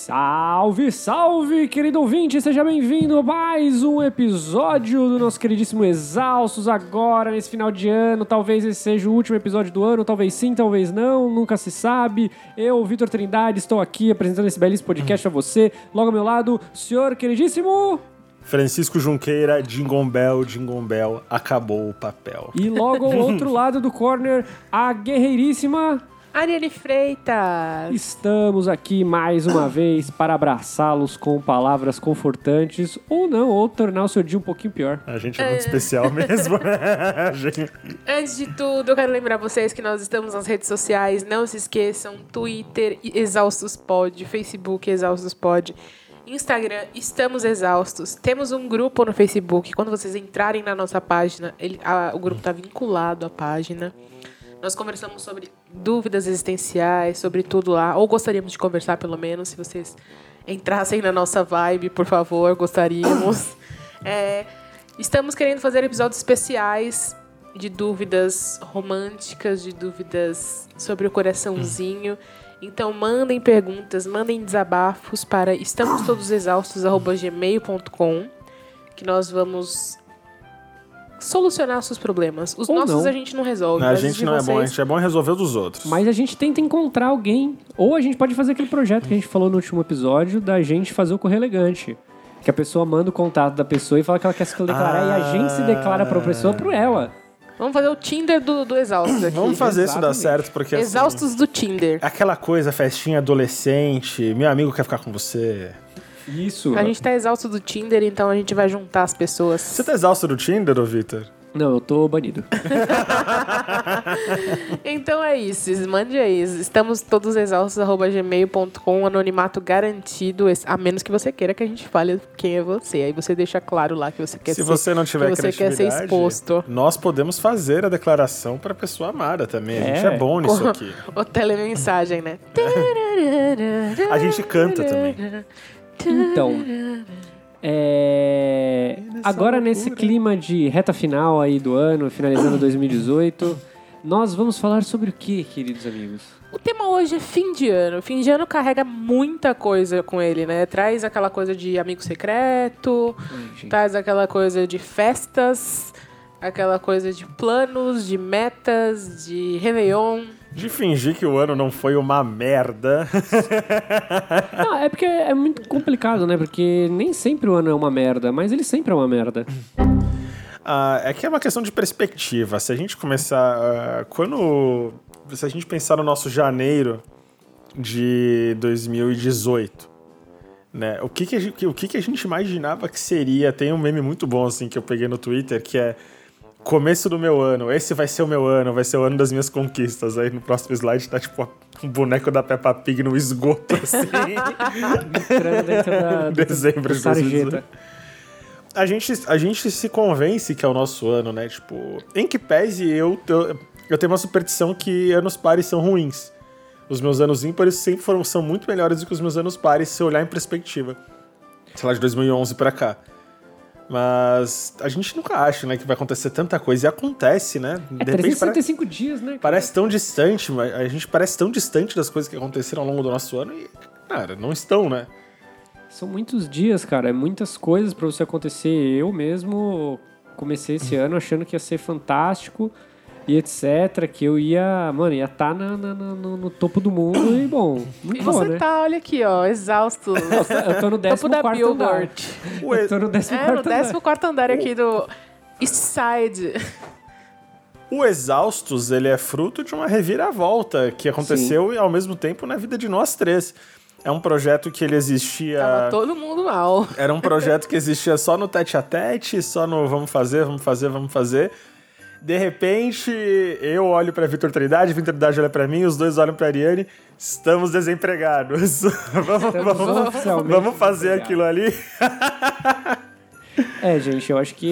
Salve, salve, querido ouvinte, seja bem-vindo a mais um episódio do nosso queridíssimo Exaustos, agora nesse final de ano. Talvez esse seja o último episódio do ano, talvez sim, talvez não, nunca se sabe. Eu, Vitor Trindade, estou aqui apresentando esse belíssimo podcast a você. Logo ao meu lado, senhor queridíssimo... Francisco Junqueira, Jingle Bell, acabou o papel. E logo ao outro lado do corner, a guerreiríssima... Ariane Freitas. Estamos aqui mais uma vez para abraçá-los com palavras confortantes ou não, ou tornar o seu dia um pouquinho pior. A gente é muito especial mesmo, né? Antes de tudo, eu quero lembrar vocês que nós estamos nas redes sociais. Não se esqueçam, Twitter, Exaustos Pod, Facebook, Exaustos Pod, Instagram, Estamos Exaustos. Temos um grupo no Facebook. Quando vocês entrarem na nossa página, o grupo está vinculado à página. Nós conversamos sobre dúvidas existenciais, sobre tudo lá. Ou gostaríamos de conversar, pelo menos. Se vocês entrassem na nossa vibe, por favor, gostaríamos. Estamos querendo fazer episódios especiais de dúvidas românticas, de dúvidas sobre o coraçãozinho. Então, mandem perguntas, mandem desabafos para estamostodosexaustos@gmail.com, que nós vamos... solucionar seus problemas. Os nossos não. A gente não resolve. Não, a gente não vocês... é bom, a gente é bom resolver dos outros. Mas a gente tenta encontrar alguém. Ou a gente pode fazer aquele projeto que a gente falou no último episódio, da gente fazer o Correio Elegante. Que a pessoa manda o contato da pessoa e fala que ela quer se declarar e a gente se declara pra pessoa por ela. Vamos fazer o Tinder do Exaustos aqui. Vamos fazer isso dar certo, porque Exaustos do Tinder. Aquela coisa, festinha adolescente, meu amigo quer ficar com você... Isso. A gente tá exausto do Tinder, então a gente vai juntar as pessoas. Você tá exausto do Tinder, ô Vitor? Não, eu tô banido. Então é isso, mande aí. Estamos todos exaustos@gmail.com, anonimato garantido, a menos que você queira que a gente fale quem é você. Aí você deixa claro lá que você quer Se você não tiver criatividade, quer ser exposto. Nós podemos fazer a declaração pra pessoa amada também. A gente é bom nisso aqui. O telemensagem, né? A gente canta também. Então, agora nesse clima de reta final aí do ano, finalizando 2018, nós vamos falar sobre o que, queridos amigos? O tema hoje é fim de ano. Fim de ano carrega muita coisa com ele, né? Traz aquela coisa de amigo secreto, traz aquela coisa de festas, aquela coisa de planos, de metas, de Réveillon. De fingir que o ano não foi uma merda. Não, é porque é muito complicado, né? Porque nem sempre o ano é uma merda, mas ele sempre é uma merda. É que é uma questão de perspectiva. Se a gente começar... Se a gente pensar no nosso janeiro de 2018, né? O que a gente imaginava que seria... Tem um meme muito bom, assim, que eu peguei no Twitter, que é... Começo do meu ano, esse vai ser o meu ano, vai ser o ano das minhas conquistas. Aí no próximo slide tá tipo um boneco da Peppa Pig no esgoto, assim. Dezembro de 2018. A gente se convence que é o nosso ano, né? Tipo, em que pese eu tenho uma superstição que anos pares são ruins. Os meus anos ímpares sempre são muito melhores do que os meus anos pares se eu olhar em perspectiva. Sei lá, de 2011 pra cá. Mas a gente nunca acha, né, que vai acontecer tanta coisa. E acontece, né? De 365 dias, né? Parece tão distante, mas a gente parece tão distante das coisas que aconteceram ao longo do nosso ano e, cara, não estão, né? São muitos dias, cara. É muitas coisas pra você acontecer. Eu mesmo comecei esse ano achando que ia ser fantástico e etc. Que eu ia estar no topo do mundo e, bom, muito bom, né? Você tá, olha aqui, ó, exausto. Eu tô no 14º andar. Eu tô no 14º andar aqui do East Side. O Exaustos, ele é fruto de uma reviravolta que aconteceu e, ao mesmo tempo, na vida de nós três. É um projeto que ele existia... Tava todo mundo mal. Era um projeto que existia só no tete-a-tete, só no vamos fazer. De repente, eu olho pra Vitor Trindade olha pra mim, os dois olham pra Ariane, estamos desempregados. Vamos fazer aquilo ali. Gente, eu acho que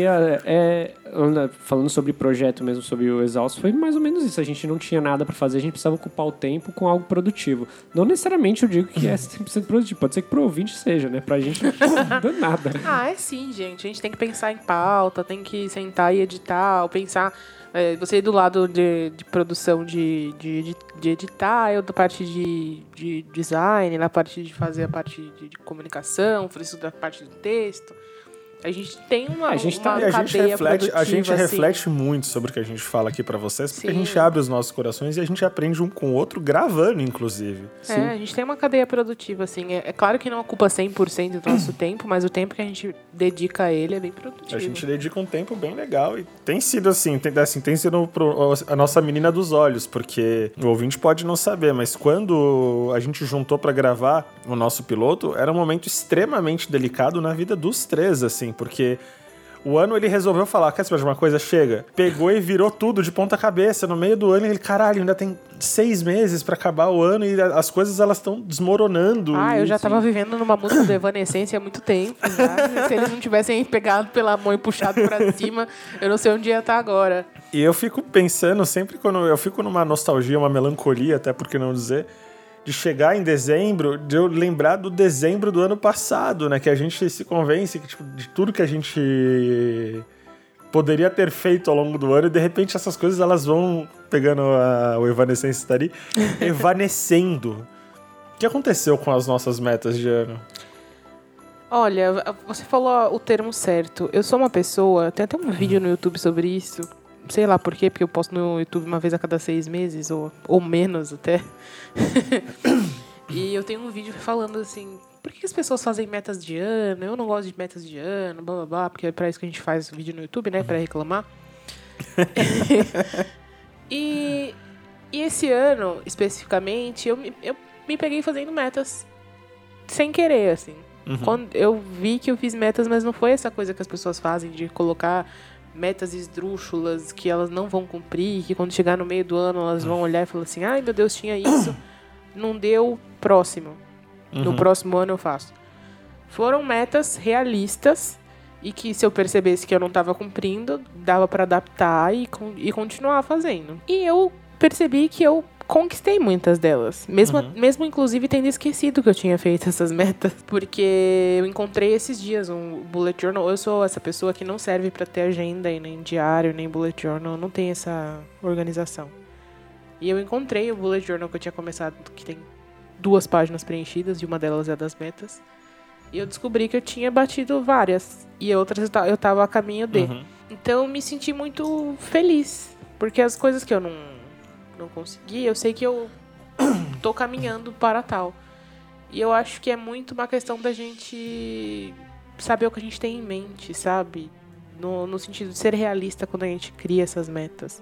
falando sobre projeto mesmo, sobre o Exausto, foi mais ou menos isso. A gente não tinha nada pra fazer, a gente precisava ocupar o tempo com algo produtivo. Não necessariamente eu digo que é 100% produtivo, pode ser que pro ouvinte seja, né? Pra gente não dá nada. É sim, gente. A gente tem que pensar em pauta, tem que sentar e editar, ou pensar... você do lado de produção de editar, eu da parte de design, na parte de fazer a parte de comunicação, isso da parte do texto. A gente tem uma cadeia produtiva, a gente assim. reflete muito sobre o que a gente fala aqui pra vocês, porque Sim. a gente abre os nossos corações e a gente aprende um com o outro gravando, inclusive. A gente tem uma cadeia produtiva, assim. É claro que não ocupa 100% do nosso tempo, mas o tempo que a gente dedica a ele é bem produtivo. A gente dedica um tempo bem legal e tem sido assim, tem sido a nossa menina dos olhos, porque o ouvinte pode não saber, mas quando a gente juntou pra gravar o nosso piloto, era um momento extremamente delicado na vida dos três, assim, porque o ano ele resolveu falar, quer saber de uma coisa? Chega. Pegou e virou tudo de ponta cabeça. No meio do ano, ele, caralho, ainda tem 6 meses pra acabar o ano e as coisas elas estão desmoronando. Eu já tava vivendo numa música do Evanescence há muito tempo. Já. Se eles não tivessem pegado pela mão e puxado pra cima, eu não sei onde ia estar agora. E eu fico pensando, sempre quando eu fico numa nostalgia, uma melancolia, até por que não dizer, de chegar em dezembro, de eu lembrar do dezembro do ano passado, né? Que a gente se convence que, tipo, de tudo que a gente poderia ter feito ao longo do ano, e de repente essas coisas elas vão pegando o Evanescence tá ali, evanescendo. O que aconteceu com as nossas metas de ano? Olha, você falou o termo certo. Eu sou uma pessoa, tem até um vídeo no YouTube sobre isso. Sei lá por quê, porque eu posto no YouTube uma vez a cada 6 meses, ou menos até. E eu tenho um vídeo falando assim, por que as pessoas fazem metas de ano? Eu não gosto de metas de ano, blá blá blá, porque é pra isso que a gente faz vídeo no YouTube, né? Pra reclamar. E esse ano, especificamente, eu me peguei fazendo metas sem querer, assim. Quando eu vi que eu fiz metas, mas não foi essa coisa que as pessoas fazem de colocar metas esdrúxulas que elas não vão cumprir, que quando chegar no meio do ano elas vão olhar e falar assim, ai meu Deus, tinha isso, não deu, próximo. No próximo ano eu faço. Foram metas realistas e que se eu percebesse que eu não estava cumprindo, dava para adaptar e continuar fazendo. E eu percebi que eu conquistei muitas delas. Mesmo inclusive tendo esquecido que eu tinha feito essas metas. Porque eu encontrei esses dias um bullet journal. Eu sou essa pessoa que não serve pra ter agenda, e nem diário, nem bullet journal. Não tem essa organização. E eu encontrei o bullet journal que eu tinha começado, que tem 2 páginas preenchidas, e uma delas é a das metas. E eu descobri que eu tinha batido várias. E outras eu tava a caminho de. Então eu me senti muito feliz. Porque as coisas que eu não consegui, eu sei que eu tô caminhando para tal. E eu acho que é muito uma questão da gente saber o que a gente tem em mente, sabe? No sentido de ser realista quando a gente cria essas metas.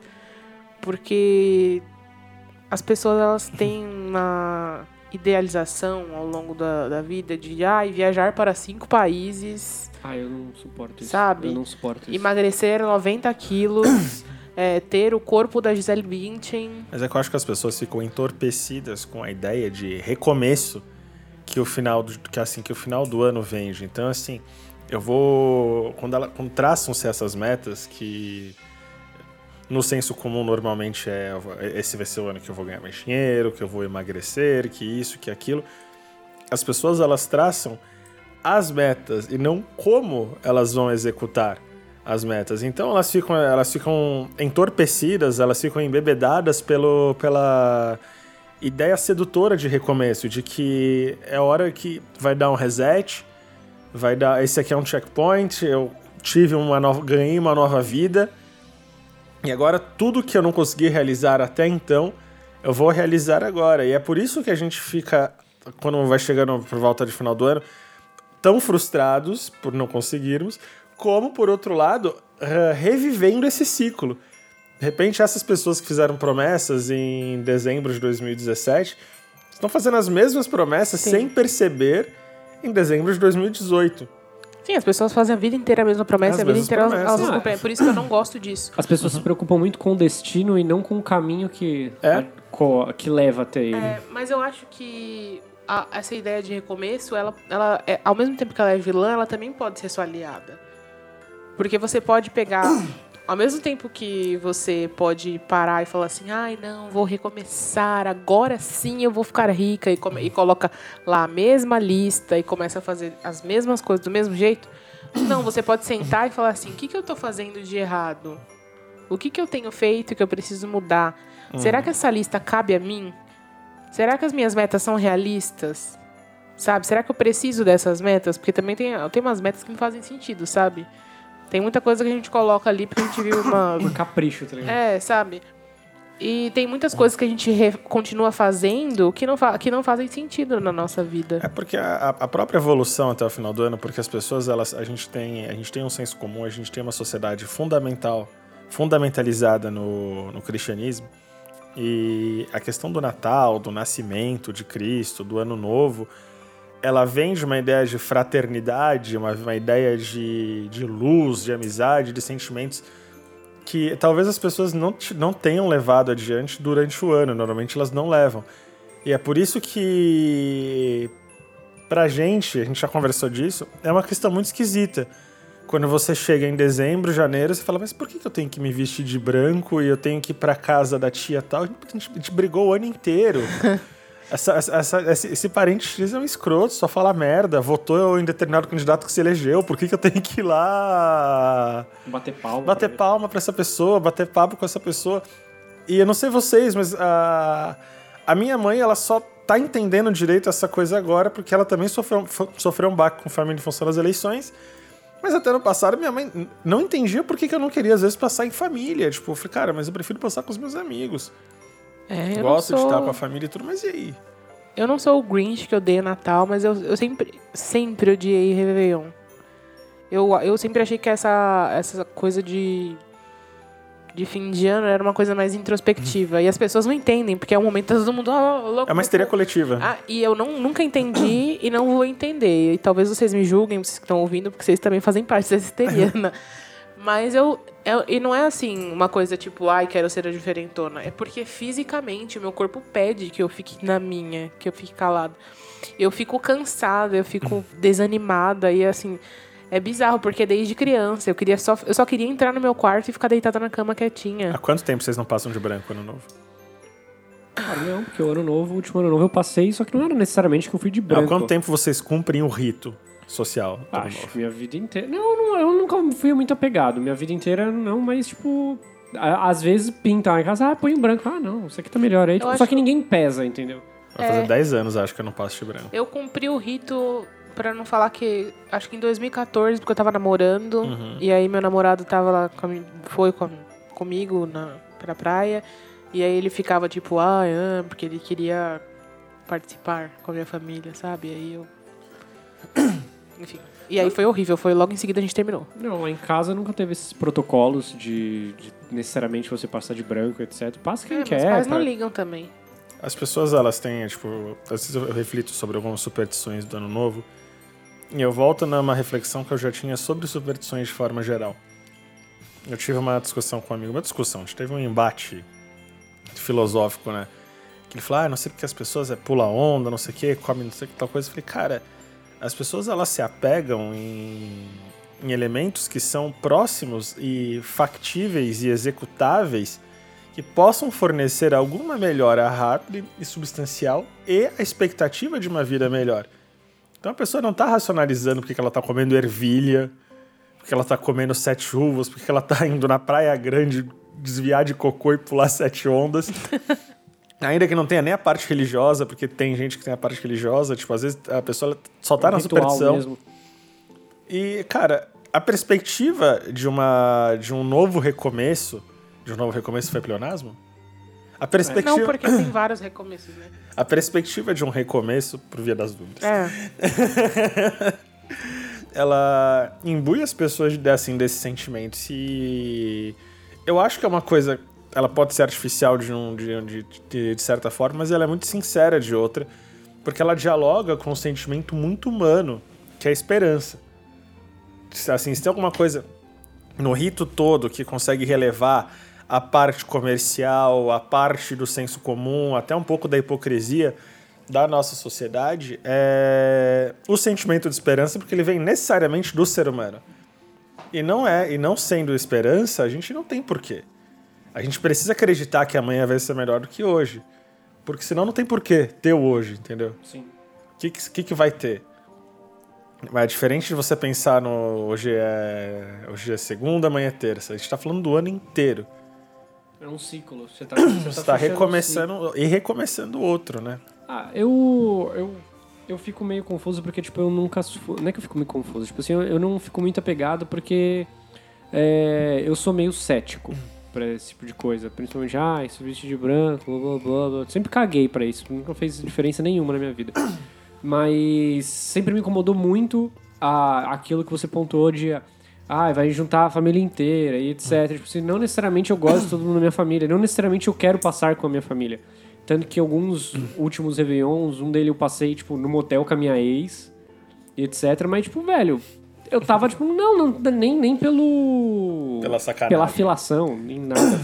Porque as pessoas, elas têm uma idealização ao longo da vida de viajar para 5 países. Eu não suporto isso. Sabe? Eu não suporto isso. Emagrecer 90 quilos... ter o corpo da Gisele Bündchen. Mas é que eu acho que as pessoas ficam entorpecidas com a ideia de recomeço que o final do ano vende. Então, assim, eu vou... Quando traçam-se essas metas, que no senso comum normalmente esse vai ser o ano que eu vou ganhar mais dinheiro, que eu vou emagrecer, que isso, que aquilo. As pessoas, elas traçam as metas e não como elas vão executar as metas. Então elas ficam entorpecidas, elas ficam embebedadas pela ideia sedutora de recomeço, de que é hora que vai dar um reset, esse aqui é um checkpoint, eu ganhei uma nova vida, e agora tudo que eu não consegui realizar até então, eu vou realizar agora. E é por isso que a gente fica, quando vai chegando por volta de final do ano, tão frustrados por não conseguirmos, como, por outro lado, revivendo esse ciclo. De repente, essas pessoas que fizeram promessas em dezembro de 2017 estão fazendo as mesmas promessas sem perceber em dezembro de 2018. Sim, as pessoas fazem a vida inteira a mesma promessa, a vida inteira elas não cumprem. Por isso que eu não gosto disso. As pessoas se preocupam muito com o destino e não com o caminho que leva até ele. Mas eu acho que essa ideia de recomeço, ela ao mesmo tempo que ela é vilã, ela também pode ser sua aliada. Porque você pode pegar... Ao mesmo tempo que você pode parar e falar assim, ai, não, vou recomeçar, agora sim eu vou ficar rica, e coloca lá a mesma lista e começa a fazer as mesmas coisas do mesmo jeito. Não, você pode sentar e falar assim, o que eu estou fazendo de errado? O que eu tenho feito que eu preciso mudar? Será que essa lista cabe a mim? Será que as minhas metas são realistas? Sabe? Será que eu preciso dessas metas? Porque também tem umas metas que não fazem sentido, sabe? Tem muita coisa que a gente coloca ali porque a gente viu Um capricho, tá ligado? sabe? E tem muitas coisas que a gente continua fazendo que não fazem sentido na nossa vida. É porque a própria evolução até o final do ano, porque as pessoas, a gente tem um senso comum, a gente tem uma sociedade fundamentalizada no cristianismo, e a questão do Natal, do nascimento de Cristo, do Ano Novo, ela vem de uma ideia de fraternidade, uma ideia de luz, de amizade, de sentimentos que talvez as pessoas não tenham levado adiante durante o ano. Normalmente elas não levam. E é por isso que, pra gente, a gente já conversou disso, é uma questão muito esquisita. Quando você chega em dezembro, janeiro, você fala, mas por que eu tenho que me vestir de branco e eu tenho que ir pra casa da tia tal? A gente brigou o ano inteiro. Esse parente X é um escroto, só fala merda, votou em determinado candidato que se elegeu, por que eu tenho que ir lá Bater palma. bater palma pra essa pessoa, bater papo com essa pessoa? E eu não sei vocês, mas a minha mãe, ela só tá entendendo direito essa coisa agora, porque ela também sofreu um baque com família em função das eleições. Mas até no passado, minha mãe não entendia por que eu não queria, às vezes, passar em família. Tipo, eu falei, cara, mas eu prefiro passar com os meus amigos. Eu Gosto de estar com a família e tudo, mas e aí? Eu não sou o Grinch que odeia Natal, mas eu sempre odiei Réveillon. Eu sempre achei que essa coisa de fim de ano era uma coisa mais introspectiva. E as pessoas não entendem, porque é um momento que todo mundo... louco, É uma histeria coletiva. E eu nunca entendi e não vou entender. E talvez vocês me julguem, vocês que estão ouvindo, porque vocês também fazem parte dessa histeria, né? Mas e não é assim, uma coisa tipo, ai, quero ser a diferentona. É porque fisicamente o meu corpo pede que eu fique na minha, que eu fique calada. Eu fico cansada, eu fico desanimada e assim, é bizarro, porque desde criança eu só queria entrar no meu quarto e ficar deitada na cama quietinha. Há quanto tempo vocês não passam de branco ano novo? Ah, não, porque o último ano novo eu passei, só que não era necessariamente que eu fui de branco. Há quanto tempo vocês cumprem o rito social do ano Acho, novo? minha vida inteira. Não, eu nunca fui muito apegado. Minha vida inteira não, mas tipo... Às vezes pintam em casa, põe um branco. Ah, não, isso aqui tá melhor aí. Tipo, só que ninguém pesa, entendeu? Vai fazer 10 anos, acho que eu não passo de branco. Eu cumpri o rito, pra não falar que... Acho que em 2014, porque eu tava namorando. E aí meu namorado tava lá, foi comigo pra praia. E aí ele ficava tipo, porque ele queria participar com a minha família, sabe? E aí eu... Enfim. E aí foi horrível, foi logo em seguida a gente terminou. Não, lá em casa nunca teve esses protocolos de necessariamente você passar de branco, etc. Passa quem quer. Meus pais não ligam também. As pessoas, elas têm, tipo... Às vezes eu reflito sobre algumas superstições do ano novo. E eu volto numa reflexão que eu já tinha sobre superstições de forma geral. Eu tive uma discussão com um amigo. A gente teve um embate filosófico, né? Que ele falou, não sei porque as pessoas pula onda, não sei o que, come não sei o que, tal coisa. Eu falei, cara... As pessoas, elas se apegam em elementos que são próximos e factíveis e executáveis que possam fornecer alguma melhora rápida e substancial e a expectativa de uma vida melhor. Então a pessoa não está racionalizando porque ela está comendo ervilha, porque ela está comendo 7 uvas, porque ela está indo na Praia Grande desviar de cocô e pular 7 ondas... Ainda que não tenha nem a parte religiosa, porque tem gente que tem a parte religiosa, tipo, às vezes a pessoa só tá na superstição. Mesmo. E, cara, a perspectiva de um novo recomeço... De um novo recomeço foi pleonasmo? A perspectiva... Não, porque tem vários recomeços, né? A perspectiva de um recomeço, por via das dúvidas. Ela imbui as pessoas desse sentimento. E eu acho que é uma coisa... Ela pode ser artificial de certa forma, mas ela é muito sincera de outra, porque ela dialoga com um sentimento muito humano, que é a esperança. Assim, se tem alguma coisa no rito todo que consegue relevar a parte comercial, a parte do senso comum, até um pouco da hipocrisia da nossa sociedade, é o sentimento de esperança, porque ele vem necessariamente do ser humano. E não sendo esperança, a gente não tem porquê. A gente precisa acreditar que amanhã vai ser melhor do que hoje. Porque senão não tem porquê ter o hoje, entendeu? Sim. O que vai ter? Mas é diferente de você pensar no hoje é segunda, amanhã é terça. A gente tá falando do ano inteiro. É um ciclo. Você tá recomeçando e recomeçando outro, né? Eu fico meio confuso porque, tipo, eu nunca... Não é que eu fico meio confuso. Tipo assim, eu não fico muito apegado porque eu sou meio cético pra esse tipo de coisa. Principalmente, isso vestir de branco, blá, blá, blá, blá. Sempre caguei pra isso. Nunca fez diferença nenhuma na minha vida. Mas sempre me incomodou muito aquilo que você pontuou de... vai juntar a família inteira e etc. Tipo assim, não necessariamente eu gosto de todo mundo da minha família. Não necessariamente eu quero passar com a minha família. Tanto que alguns últimos Réveillons, um dele eu passei, tipo, no motel com a minha ex, e etc. Mas, tipo, velho, eu tava, tipo, nem pelo... Pela sacanagem. Pela filação, nem nada.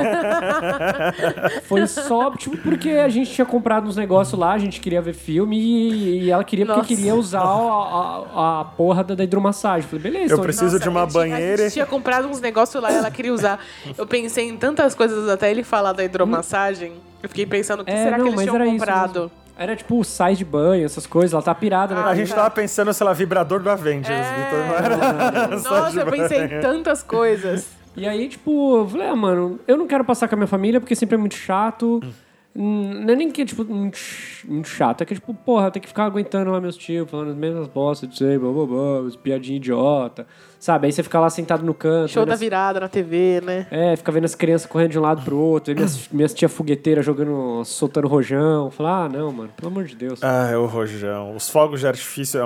Foi só, tipo, porque a gente tinha comprado uns negócios lá, a gente queria ver filme e ela queria, porque queria usar a porra da hidromassagem. Falei, beleza. Eu preciso de uma banheira. A gente tinha comprado uns negócios lá e ela queria usar. Eu pensei em tantas coisas até ele falar da hidromassagem. Eu fiquei pensando, o que será que eles tinham comprado? Era tipo sais de banho, essas coisas, ela tá pirada. A gente tava pensando, sei lá, vibrador do Avengers, Vitor. Nossa, eu pensei em tantas coisas. E aí, tipo, eu falei, mano, eu não quero passar com a minha família porque sempre é muito chato. Não é nem que é, tipo, muito chato. É que, tipo, porra, tem que ficar aguentando lá meus tios, falando as mesmas bostas de sei, blá, blá, blá, piadinha idiota. Sabe? Aí você fica lá sentado no canto. Show da virada na TV, né? Fica vendo as crianças correndo de um lado pro outro. E minhas tia fogueteiras soltando rojão. Falar, não, mano, pelo amor de Deus. É o rojão. Os fogos de artifício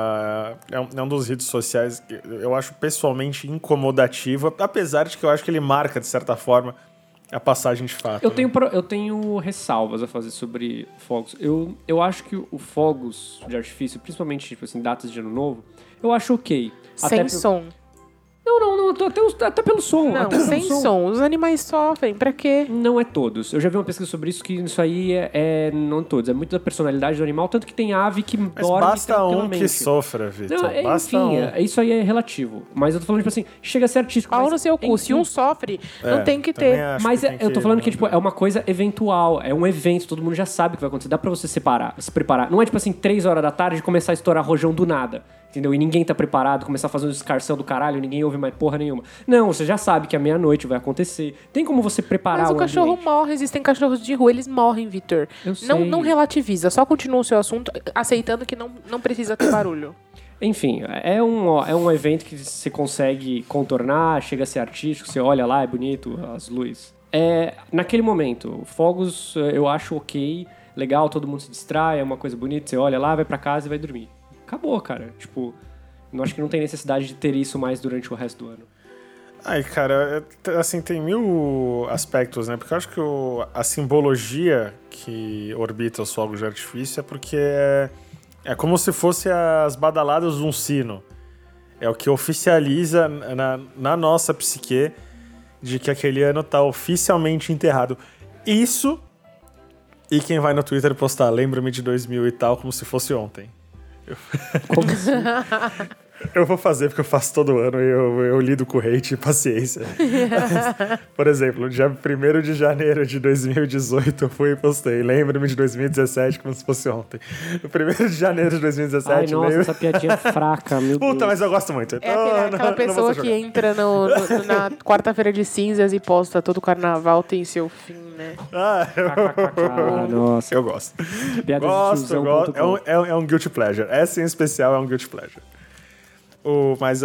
é um dos ritos sociais que eu acho pessoalmente incomodativo, apesar de que eu acho que ele marca, de certa forma, a passagem de fato. Eu tenho ressalvas a fazer sobre fogos. Eu acho que o fogos de artifício, principalmente, tipo assim, datas de ano novo, eu acho ok. Sem som. Não, até pelo som. Não, até sem som. Os animais sofrem, pra quê? Não é todos. Eu já vi uma pesquisa sobre isso, que isso aí não todos. É muito da personalidade do animal, tanto que tem ave que dorme basta um tranquilamente. que sofra, Vitor. Basta enfim, um. Isso aí é relativo. Mas eu tô falando, tipo assim, chega a ser artístico. Pau no seu cu. Se um sofre, não tem que ter. Mas eu tô falando que, tipo, é uma coisa eventual. É um evento, todo mundo já sabe o que vai acontecer. Dá pra você se preparar. Não é, tipo assim, 3 horas da tarde começar a estourar rojão do nada. Entendeu? E ninguém tá preparado, começar a fazer um escarção do caralho, ninguém ouve mais porra nenhuma. Não, você já sabe que à meia-noite vai acontecer. Tem como você preparar Mas o cachorro ambiente. morre, existem cachorros de rua, eles morrem, Vitor. Não relativiza, só continua o seu assunto, aceitando que não precisa ter barulho. Enfim, é um evento que você consegue contornar, chega a ser artístico, você olha lá, é bonito, as luzes. Naquele momento, fogos eu acho ok, legal, todo mundo se distrai, é uma coisa bonita, você olha lá, vai pra casa e vai dormir. Acabou, cara. Tipo, eu acho que não tem necessidade de ter isso mais durante o resto do ano. Ai, cara, assim, tem 1000 aspectos, né? Porque eu acho que a simbologia que orbita os fogos de artifício é porque é como se fosse as badaladas de um sino. É o que oficializa na nossa psique de que aquele ano tá oficialmente enterrado. Isso, e quem vai no Twitter postar lembra-me de 2000 e tal, como se fosse ontem. Como assim? Eu vou fazer porque eu faço todo ano e eu lido com hate e paciência. Por exemplo, no dia 1º de janeiro de 2018 eu fui e postei. Lembra-me de 2017 como se fosse ontem. No 1º de janeiro de 2017... Ai, nossa, essa piadinha é fraca, meu Deus. Puta, mas eu gosto muito. É aquela pessoa que entra na quarta-feira de cinzas e posta todo carnaval tem seu fim, né? Nossa. Eu gosto. Gosto. É um guilty pleasure. Essa em especial é um guilty pleasure. Mas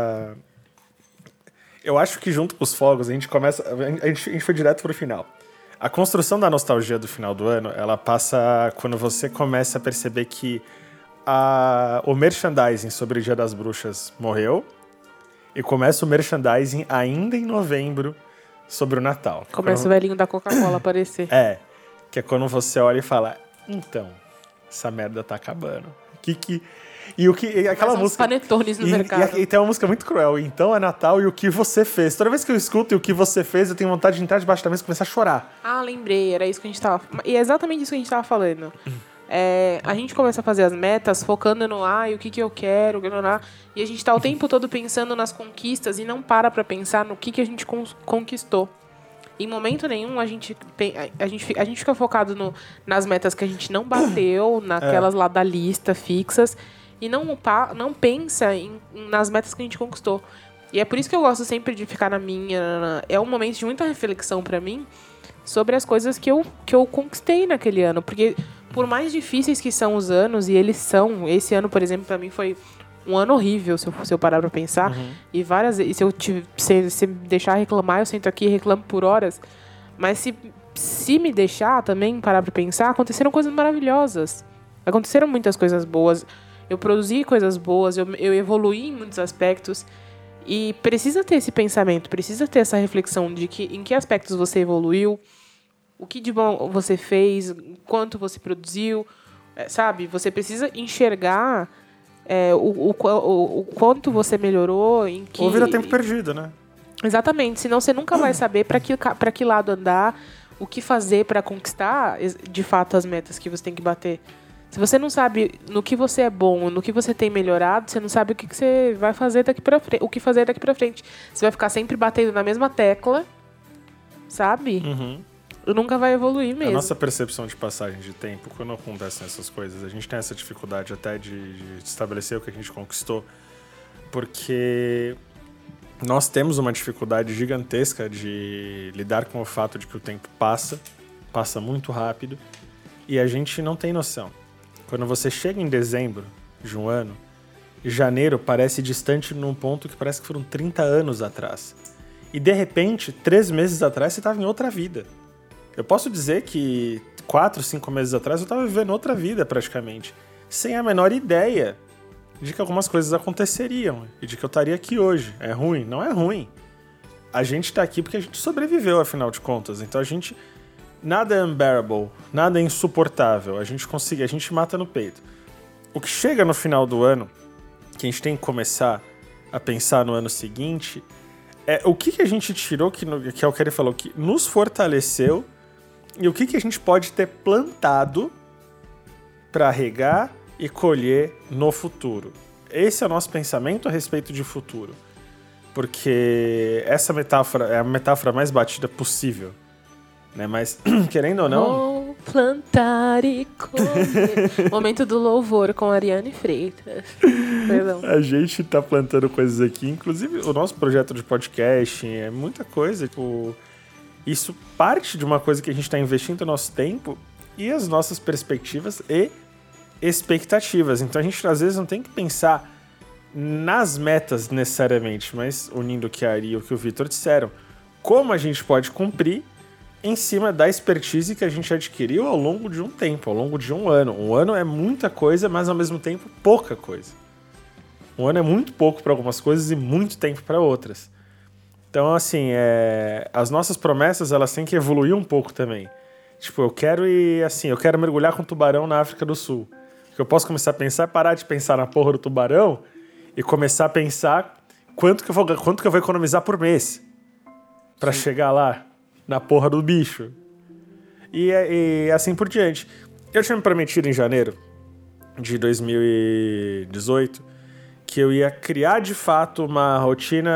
eu acho que junto com os fogos a gente começa... A gente foi direto pro final. A construção da nostalgia do final do ano, ela passa quando você começa a perceber que o merchandising sobre o Dia das Bruxas morreu e começa o merchandising ainda em novembro sobre o Natal. Começa o velhinho da Coca-Cola a aparecer. Que é quando você olha e fala, então, essa merda tá acabando. E aquela música. Panetones no mercado. E tem uma música muito cruel. Então é Natal e o que você fez. Toda vez que eu escuto e o que você fez, eu tenho vontade de entrar debaixo da mesa e começar a chorar. Lembrei, era isso que a gente tava. E é exatamente isso que a gente tava falando. A gente começa a fazer as metas focando no o que eu quero, e a gente tá o tempo todo pensando nas conquistas e não para pensar no que a gente conquistou. Em momento nenhum a gente fica focado nas metas que a gente não bateu, naquelas lá da lista fixas, e não pensa nas metas que a gente conquistou. E é por isso que eu gosto sempre de ficar na minha... É um momento de muita reflexão pra mim sobre as coisas que eu conquistei naquele ano. Porque por mais difíceis que são os anos, e eles são... Esse ano, por exemplo, pra mim foi um ano horrível, se eu parar pra pensar. E várias vezes, se me deixar reclamar, eu sento aqui e reclamo por horas. Mas se me deixar também parar pra pensar, aconteceram coisas maravilhosas. Aconteceram muitas coisas boas. Eu produzi coisas boas, eu evoluí em muitos aspectos. E precisa ter esse pensamento, precisa ter essa reflexão de em que aspectos você evoluiu, o que de bom você fez, quanto você produziu, sabe? Você precisa enxergar o quanto você melhorou. Ou vira tempo perdido, né? Exatamente, senão você nunca vai saber para que lado andar, o que fazer para conquistar, de fato, as metas que você tem que bater. Se você não sabe no que você é bom, no que você tem melhorado, você não sabe o que você vai fazer daqui pra frente, o que fazer daqui pra frente. Você vai ficar sempre batendo na mesma tecla, sabe? E nunca vai evoluir mesmo. A nossa percepção de passagem de tempo, quando acontecem essas coisas, a gente tem essa dificuldade até de estabelecer o que a gente conquistou, porque nós temos uma dificuldade gigantesca de lidar com o fato de que o tempo passa muito rápido, e a gente não tem noção. Quando você chega em dezembro de um ano, janeiro parece distante num ponto que parece que foram 30 anos atrás. E, de repente, 3 meses atrás você estava em outra vida. Eu posso dizer que 4, 5 meses atrás eu estava vivendo outra vida, praticamente. Sem a menor ideia de que algumas coisas aconteceriam e de que eu estaria aqui hoje. É ruim? Não é ruim. A gente está aqui porque a gente sobreviveu, afinal de contas. Então, nada é unbearable, nada é insuportável. A gente mata no peito. O que chega no final do ano, que a gente tem que começar a pensar no ano seguinte, é o que a gente tirou, que é o que ele falou, que nos fortaleceu, e o que a gente pode ter plantado para regar e colher no futuro. Esse é o nosso pensamento a respeito de futuro. Porque essa metáfora é a metáfora mais batida possível. Né? Mas, querendo ou não... Vou plantar e colher. Momento do louvor com Ariane Freitas. Perdão. A gente tá plantando coisas aqui, inclusive o nosso projeto de podcast, é muita coisa. Tipo, isso parte de uma coisa que a gente tá investindo o nosso tempo e as nossas perspectivas e expectativas. Então a gente às vezes não tem que pensar nas metas necessariamente, mas unindo o que a Ari e o que o Vitor disseram, como a gente pode cumprir em cima da expertise que a gente adquiriu ao longo de um tempo, ao longo de um ano. Um ano é muita coisa, mas ao mesmo tempo pouca coisa. Um ano é muito pouco para algumas coisas e muito tempo para outras. Então, assim, as nossas promessas, elas têm que evoluir um pouco também. Tipo, eu quero mergulhar com tubarão na África do Sul. O que eu posso começar a pensar é parar de pensar na porra do tubarão e começar a pensar quanto que eu vou economizar por mês para chegar lá na porra do bicho. E assim por diante. Eu tinha me prometido em janeiro de 2018 que eu ia criar de fato uma rotina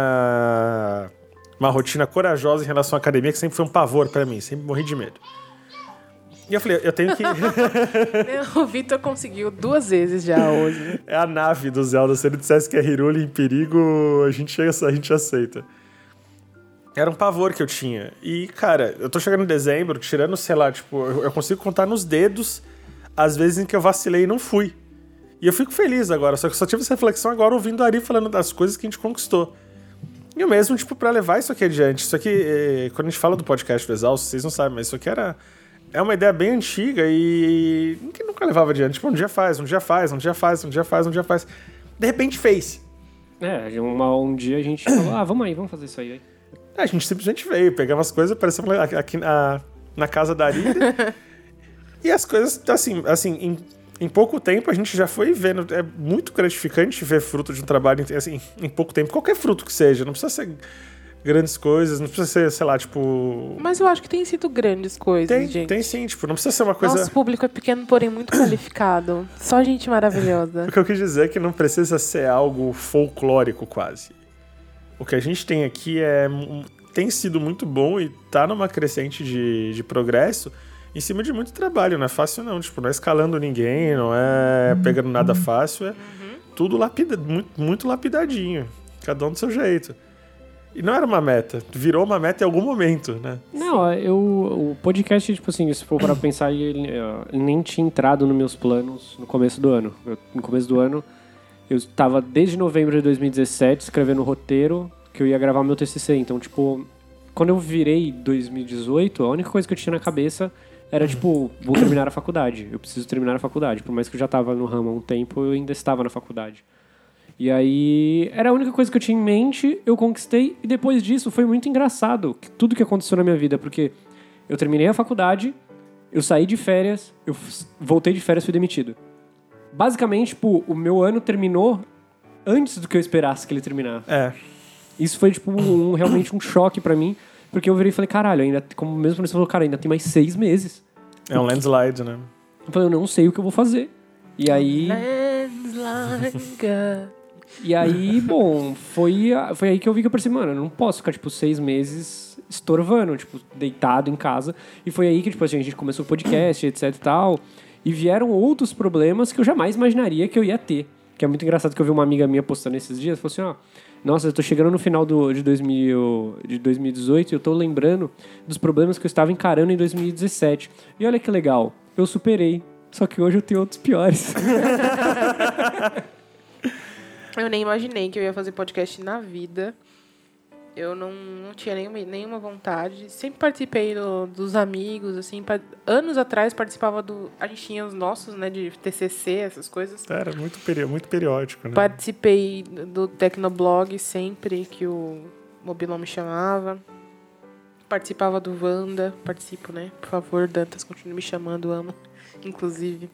corajosa em relação à academia, que sempre foi um pavor pra mim, sempre morri de medo. E eu falei, eu tenho que... O Vitor conseguiu 2 vezes já hoje. É a nave do Zelda, se ele dissesse que é Hyrule em perigo, a gente aceita. Era um pavor que eu tinha. E, cara, eu tô chegando em dezembro, tirando, sei lá, tipo, eu consigo contar nos dedos as vezes em que eu vacilei e não fui. E eu fico feliz agora, só que eu só tive essa reflexão agora ouvindo a Ari falando das coisas que a gente conquistou. E o mesmo, tipo, pra levar isso aqui adiante. Isso aqui, quando a gente fala do podcast do Exausto, vocês não sabem, mas isso aqui é uma ideia bem antiga e ninguém nunca levava adiante. Tipo, um dia faz. De repente fez. Um dia a gente falou, vamos aí, vamos fazer isso aí. A gente simplesmente veio, pegava as coisas, apareceu aqui na casa da Ari. E as coisas, assim, em pouco tempo a gente já foi vendo. É muito gratificante ver fruto de um trabalho, assim, em pouco tempo. Qualquer fruto que seja, não precisa ser grandes coisas, não precisa ser, sei lá, tipo... Mas eu acho que tem sido grandes coisas, gente. Tem sim, tipo, não precisa ser uma coisa... Nosso público é pequeno, porém muito qualificado. Só gente maravilhosa. O que eu quis dizer é que não precisa ser algo folclórico, quase. O que a gente tem aqui tem sido muito bom e tá numa crescente de progresso em cima de muito trabalho. Não é fácil, não. Tipo, não é escalando ninguém, não é pegando nada fácil. É tudo muito lapidadinho. Cada um do seu jeito. E não era uma meta. Virou uma meta em algum momento, né? Não, o podcast, tipo assim, se for para pensar, ele nem tinha entrado nos meus planos no começo do ano. No começo do ano, eu estava desde novembro de 2017 escrevendo o roteiro que eu ia gravar meu TCC. Então, tipo, quando eu virei 2018, a única coisa que eu tinha na cabeça era, tipo, vou terminar a faculdade. Eu preciso terminar a faculdade. Por mais que eu já estava no ramo há um tempo, eu ainda estava na faculdade. E aí, era a única coisa que eu tinha em mente, eu conquistei, e depois disso foi muito engraçado tudo que aconteceu na minha vida, porque eu terminei a faculdade, eu saí de férias, eu voltei de férias e fui demitido. Basicamente, tipo, o meu ano terminou antes do que eu esperasse que ele terminasse. Isso foi, tipo, realmente um choque pra mim, porque eu virei e falei, caralho, ainda, como mesmo você falou, cara, ainda tem mais 6 meses. É um landslide, né? Eu falei, eu não sei o que eu vou fazer. E aí... E aí, bom, foi aí que eu vi que eu percebi, mano, eu não posso ficar, tipo, 6 meses estorvando, tipo, deitado em casa. E foi aí que, tipo, assim, a gente começou o podcast, etc e tal. E vieram outros problemas que eu jamais imaginaria que eu ia ter. Que é muito engraçado que eu vi uma amiga minha postando esses dias, falou assim, ó, nossa, eu tô chegando no final de 2018 e eu tô lembrando dos problemas que eu estava encarando em 2017. E olha que legal, eu superei, só que hoje eu tenho outros piores. Eu nem imaginei que eu ia fazer podcast na vida. Eu não tinha nenhuma vontade. Sempre participei dos amigos, assim. Anos atrás participava do... A gente tinha os nossos, né, de TCC, essas coisas. Era muito periódico, né? Participei do Tecnoblog sempre que o Mobilon me chamava. Participava do Wanda. Participo, né? Por favor, Dantas, continue me chamando, amo. Inclusive.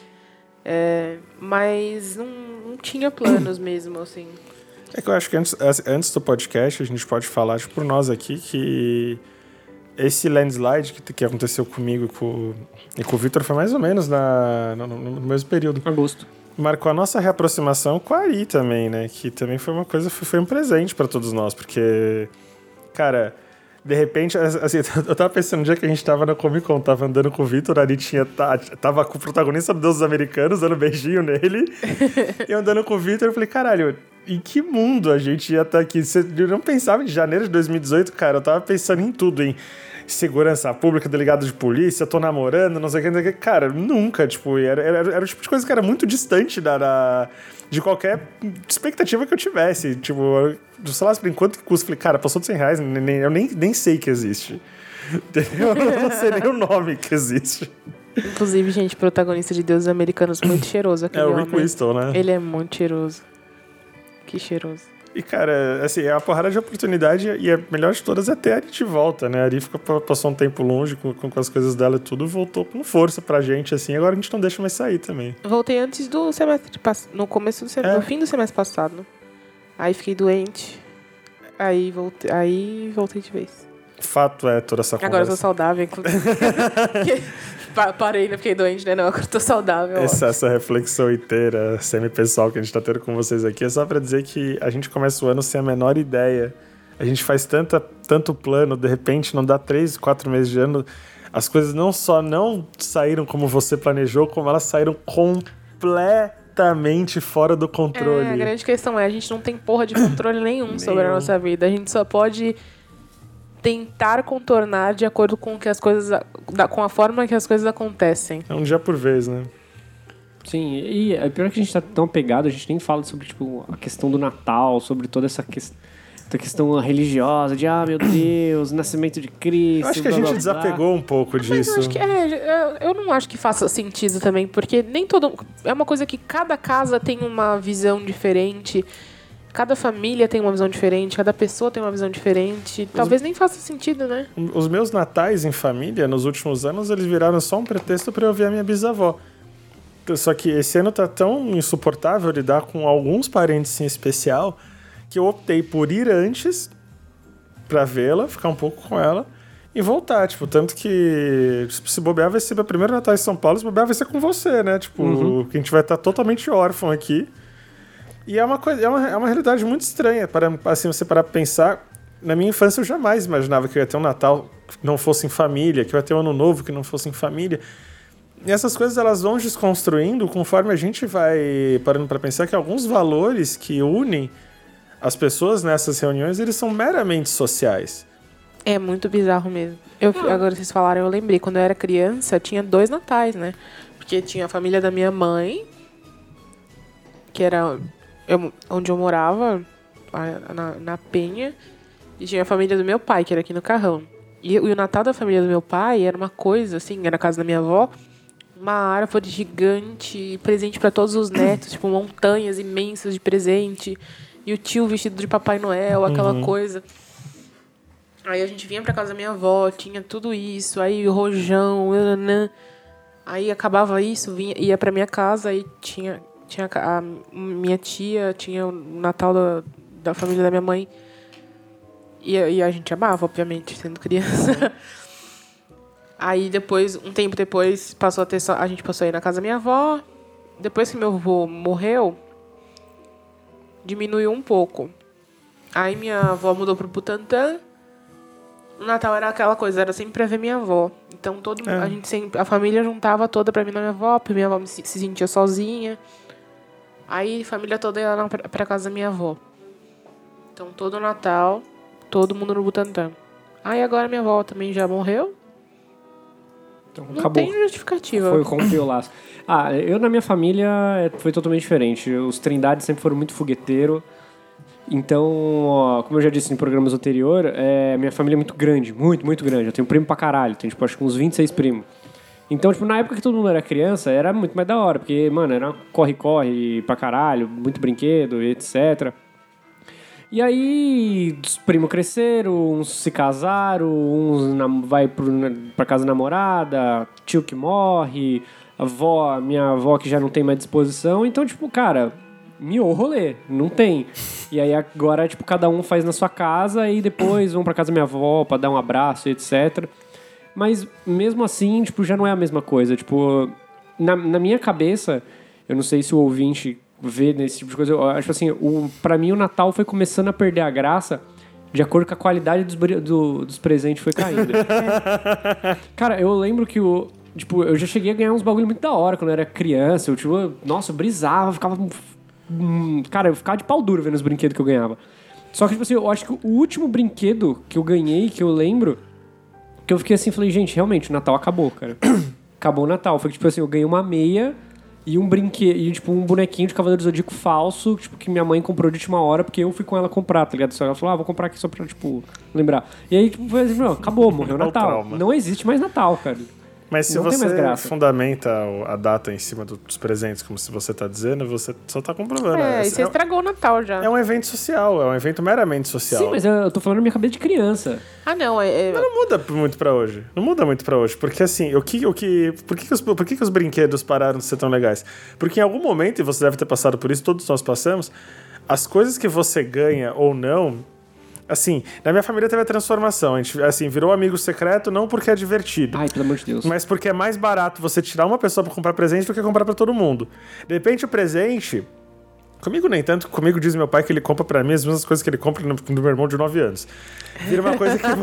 Mas não tinha planos mesmo, assim. É que eu acho que antes do podcast a gente pode falar, tipo, por nós aqui, que esse landslide que aconteceu comigo e com o Victor foi mais ou menos no mesmo período. Agosto. Marcou a nossa reaproximação com a Ari também, né? Que também foi uma coisa, foi um presente pra todos nós, porque, cara... De repente, assim, eu tava pensando no dia que a gente tava na Comic Con, tava andando com o Victor, a Ari tava com o protagonista do Deuses Americanos, dando beijinho nele, e andando com o Victor, eu falei, caralho, em que mundo a gente ia estar aqui? Eu não pensava em janeiro de 2018, cara, eu tava pensando em tudo, em segurança pública, delegado de polícia, tô namorando, não sei o que, cara, nunca, tipo, era o tipo de coisa que era muito distante de qualquer expectativa que eu tivesse. Tipo, sei lá, por enquanto que custa, falei, cara, passou de R$100, eu nem sei que existe. Entendeu? Eu não sei nem o nome que existe. Inclusive, gente, protagonista de Deuses Americanos, muito cheiroso aquele homem. É o Rick Whistler, né? Ele é muito cheiroso. Que cheiroso. E, cara, assim, é uma porrada de oportunidade e a melhor de todas é ter a Ari de volta, né? A Ari passou um tempo longe com as coisas dela e tudo, voltou com força pra gente, assim, agora a gente não deixa mais sair também. Voltei antes do semestre, no começo do semestre, no fim do semestre passado. Aí fiquei doente, aí voltei de vez. Fato é toda essa conversa. Agora eu tô saudável, inclusive. Parei, não fiquei doente, né? Não, agora eu tô saudável. Essa reflexão inteira, semi-pessoal que a gente tá tendo com vocês aqui, é só pra dizer que a gente começa o ano sem a menor ideia. A gente faz tanto plano, de repente não dá 3, 4 meses de ano. As coisas não só não saíram como você planejou, como elas saíram completamente fora do controle. A grande questão é, a gente não tem porra de controle nenhum sobre a nossa vida. A gente só pode tentar contornar de acordo com que as coisas, com a forma que as coisas acontecem. É um dia por vez, né? Sim, e é pior que a gente tá tão apegado, a gente nem fala sobre, tipo, a questão do Natal, sobre toda essa questão religiosa de, meu Deus, nascimento de Cristo. Eu acho que a gente desapegou um pouco disso. Mas eu acho que eu não acho que faça sentido também, porque nem todo... É uma coisa que cada casa tem uma visão diferente. Cada família tem uma visão diferente, cada pessoa tem uma visão diferente. Talvez nem faça sentido, né? Os meus natais em família, nos últimos anos, eles viraram só um pretexto para eu ver a minha bisavó. Só que esse ano tá tão insuportável lidar com alguns parentes em especial que eu optei por ir antes pra vê-la, ficar um pouco com ela e voltar, tipo, tanto que se bobear vai ser meu primeiro Natal em São Paulo, se bobear vai ser com você, né, tipo, que a gente vai estar totalmente órfão aqui. E é uma coisa, é uma realidade muito estranha, para, assim, você parar pra pensar. Na minha infância eu jamais imaginava que eu ia ter um Natal que não fosse em família, que eu ia ter um Ano Novo que não fosse em família. E essas coisas elas vão desconstruindo conforme a gente vai parando para pensar que alguns valores que unem as pessoas nessas reuniões, eles são meramente sociais. É muito bizarro mesmo. Agora vocês falaram, eu lembrei, quando eu era criança, tinha 2 natais, né? Porque tinha a família da minha mãe, que era onde eu morava, na Penha, e tinha a família do meu pai, que era aqui no Carrão. E o Natal da família do meu pai era uma coisa, assim, era a casa da minha avó, uma árvore gigante, presente para todos os netos, tipo, montanhas imensas de presente, e o tio vestido de Papai Noel, aquela coisa. Aí a gente vinha pra casa da minha avó, tinha tudo isso, aí o rojão, aí acabava isso, ia pra minha casa, aí tinha a minha tia, tinha o Natal da família da minha mãe. E a gente amava, obviamente, sendo criança. Aí depois, um tempo depois, a gente passou a ir na casa da minha avó. Depois que meu avô morreu, diminuiu um pouco. Aí minha avó mudou pro Butantã. O Natal era aquela coisa, era sempre pra ver minha avó. Então a família juntava toda pra mim na minha avó, porque minha avó se sentia sozinha. Aí a família toda ia lá pra casa da minha avó. Então todo Natal, todo mundo no Butantã. Aí agora minha avó também já morreu. Então, não acabou. Tem justificativa. Foi rompeu o laço. Eu na minha família foi totalmente diferente. Os Trindade sempre foram muito fogueteiro. Então, como eu já disse em programas anteriores, minha família é muito grande, muito, muito grande. Eu tenho primo pra caralho, tenho tipo, acho que uns 26 primos. Então, tipo, na época que todo mundo era criança, era muito mais da hora, porque, mano, era corre-corre pra caralho, muito brinquedo, etc. E aí, os primos cresceram, uns se casaram, uns vai pra casa da namorada, tio que morre, minha avó que já não tem mais disposição. Então, tipo, cara, miou o rolê, não tem. E aí agora, tipo, cada um faz na sua casa e depois vão pra casa da minha avó pra dar um abraço, etc. Mas mesmo assim, tipo, já não é a mesma coisa. Tipo, na minha cabeça, eu não sei se o ouvinte vê nesse tipo de coisa, eu acho assim, pra mim o Natal foi começando a perder a graça de acordo com a qualidade dos presentes foi caindo. Cara, eu lembro que tipo, eu já cheguei a ganhar uns bagulho muito da hora quando eu era criança. Eu, tipo, nossa, eu brisava, Cara, eu ficava de pau duro vendo os brinquedos que eu ganhava. Só que, tipo assim, eu acho que o último brinquedo que eu ganhei, que eu lembro, que eu fiquei assim, falei, gente, realmente, o Natal acabou, cara. Acabou o Natal. Foi que, tipo assim, eu ganhei uma meia e um brinquedo, e, tipo, um bonequinho de Cavaleiro do Zodíaco falso, tipo, que minha mãe comprou de última hora, porque eu fui com ela comprar, tá ligado? Ela falou, vou comprar aqui só pra, tipo, lembrar. E aí, tipo, foi assim, acabou, morreu o Natal. Não existe mais Natal, cara. Mas se você fundamenta a data em cima dos presentes, como se você tá dizendo, você só tá comprovando. E você estragou o Natal já. É um evento social, é um evento meramente social. Sim, mas eu tô falando na minha cabeça de criança. Não, Mas não muda muito pra hoje. Não muda muito pra hoje. Porque assim, por que os brinquedos pararam de ser tão legais? Porque em algum momento, e você deve ter passado por isso, todos nós passamos, as coisas que você ganha ou não. Assim, na minha família teve a transformação. A gente, assim, virou amigo secreto não porque é divertido. Ai, pelo amor de Deus. Mas porque é mais barato você tirar uma pessoa pra comprar presente do que comprar pra todo mundo. De repente, o presente... Comigo nem tanto. Comigo diz meu pai que ele compra pra mim as mesmas coisas que ele compra no meu irmão de 9 anos. Vira uma coisa que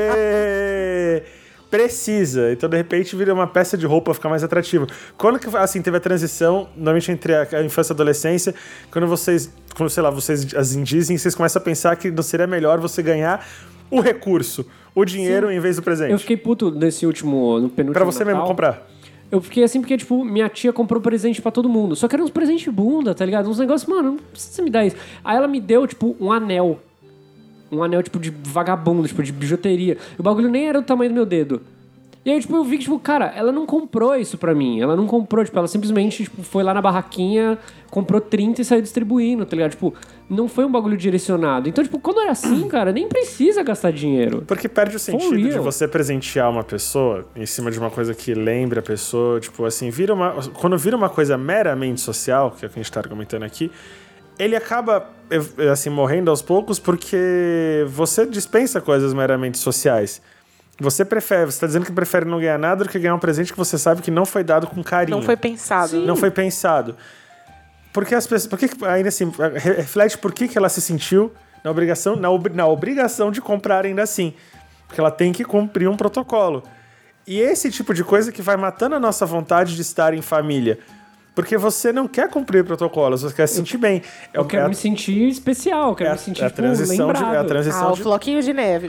você... precisa. Então, de repente, vira uma peça de roupa, ficar mais atrativo. Quando que, assim, teve a transição, normalmente entre a infância e a adolescência, quando vocês assim, dizem, vocês começam a pensar que não seria melhor você ganhar o recurso, o dinheiro, em vez do presente. Eu fiquei puto no penúltimo pra você Natal. mesmo comprar. Eu fiquei assim porque, tipo, minha tia comprou presente pra todo mundo. Só que eram uns presentes bunda, tá ligado? Uns negócios, mano, não precisa me dar isso. Aí ela me deu, tipo, um anel. Um anel, tipo, de vagabundo, tipo, de bijuteria. E o bagulho nem era do tamanho do meu dedo. E aí, tipo, eu vi que, tipo, cara, ela não comprou isso pra mim. Ela não comprou, tipo, ela simplesmente, tipo, foi lá na barraquinha, comprou 30 e saiu distribuindo, tá ligado? Tipo, não foi um bagulho direcionado. Então, tipo, quando era assim, cara, nem precisa gastar dinheiro. Porque perde o sentido de você presentear uma pessoa em cima de uma coisa que lembre a pessoa, tipo, assim, quando vira uma coisa meramente social, que é o que a gente tá argumentando aqui, ele acaba, assim, morrendo aos poucos porque você dispensa coisas meramente sociais. Você tá dizendo que prefere não ganhar nada do que ganhar um presente que você sabe que não foi dado com carinho. Não foi pensado. Sim. Não foi pensado. Porque as pessoas... ainda assim, reflete por que ela se sentiu na obrigação de comprar ainda assim. Porque ela tem que cumprir um protocolo. E esse tipo de coisa que vai matando a nossa vontade de estar em família. Porque você não quer cumprir protocolos, você quer se sentir bem. Eu quero me sentir especial, eu quero me sentir lembrado. A transição o floquinho de neve.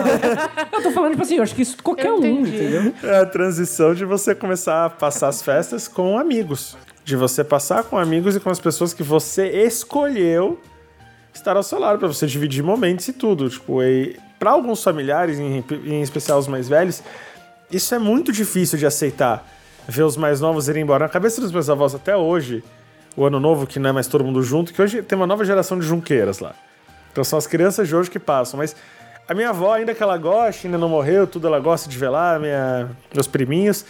Eu tô falando, tipo assim, eu acho que isso qualquer entendeu? É a transição de você começar a passar as festas com amigos. De você passar com amigos e com as pessoas que você escolheu estar ao seu lado, pra você dividir momentos e tudo. Tipo, pra alguns familiares, em especial os mais velhos, isso é muito difícil de aceitar. Ver os mais novos irem embora. Na cabeça dos meus avós até hoje, o ano novo, que não é mais todo mundo junto, que hoje tem uma nova geração de junqueiras lá. Então são as crianças de hoje que passam. Mas a minha avó, ainda que ela goste, ainda não morreu, tudo ela gosta de ver lá, meus priminhos,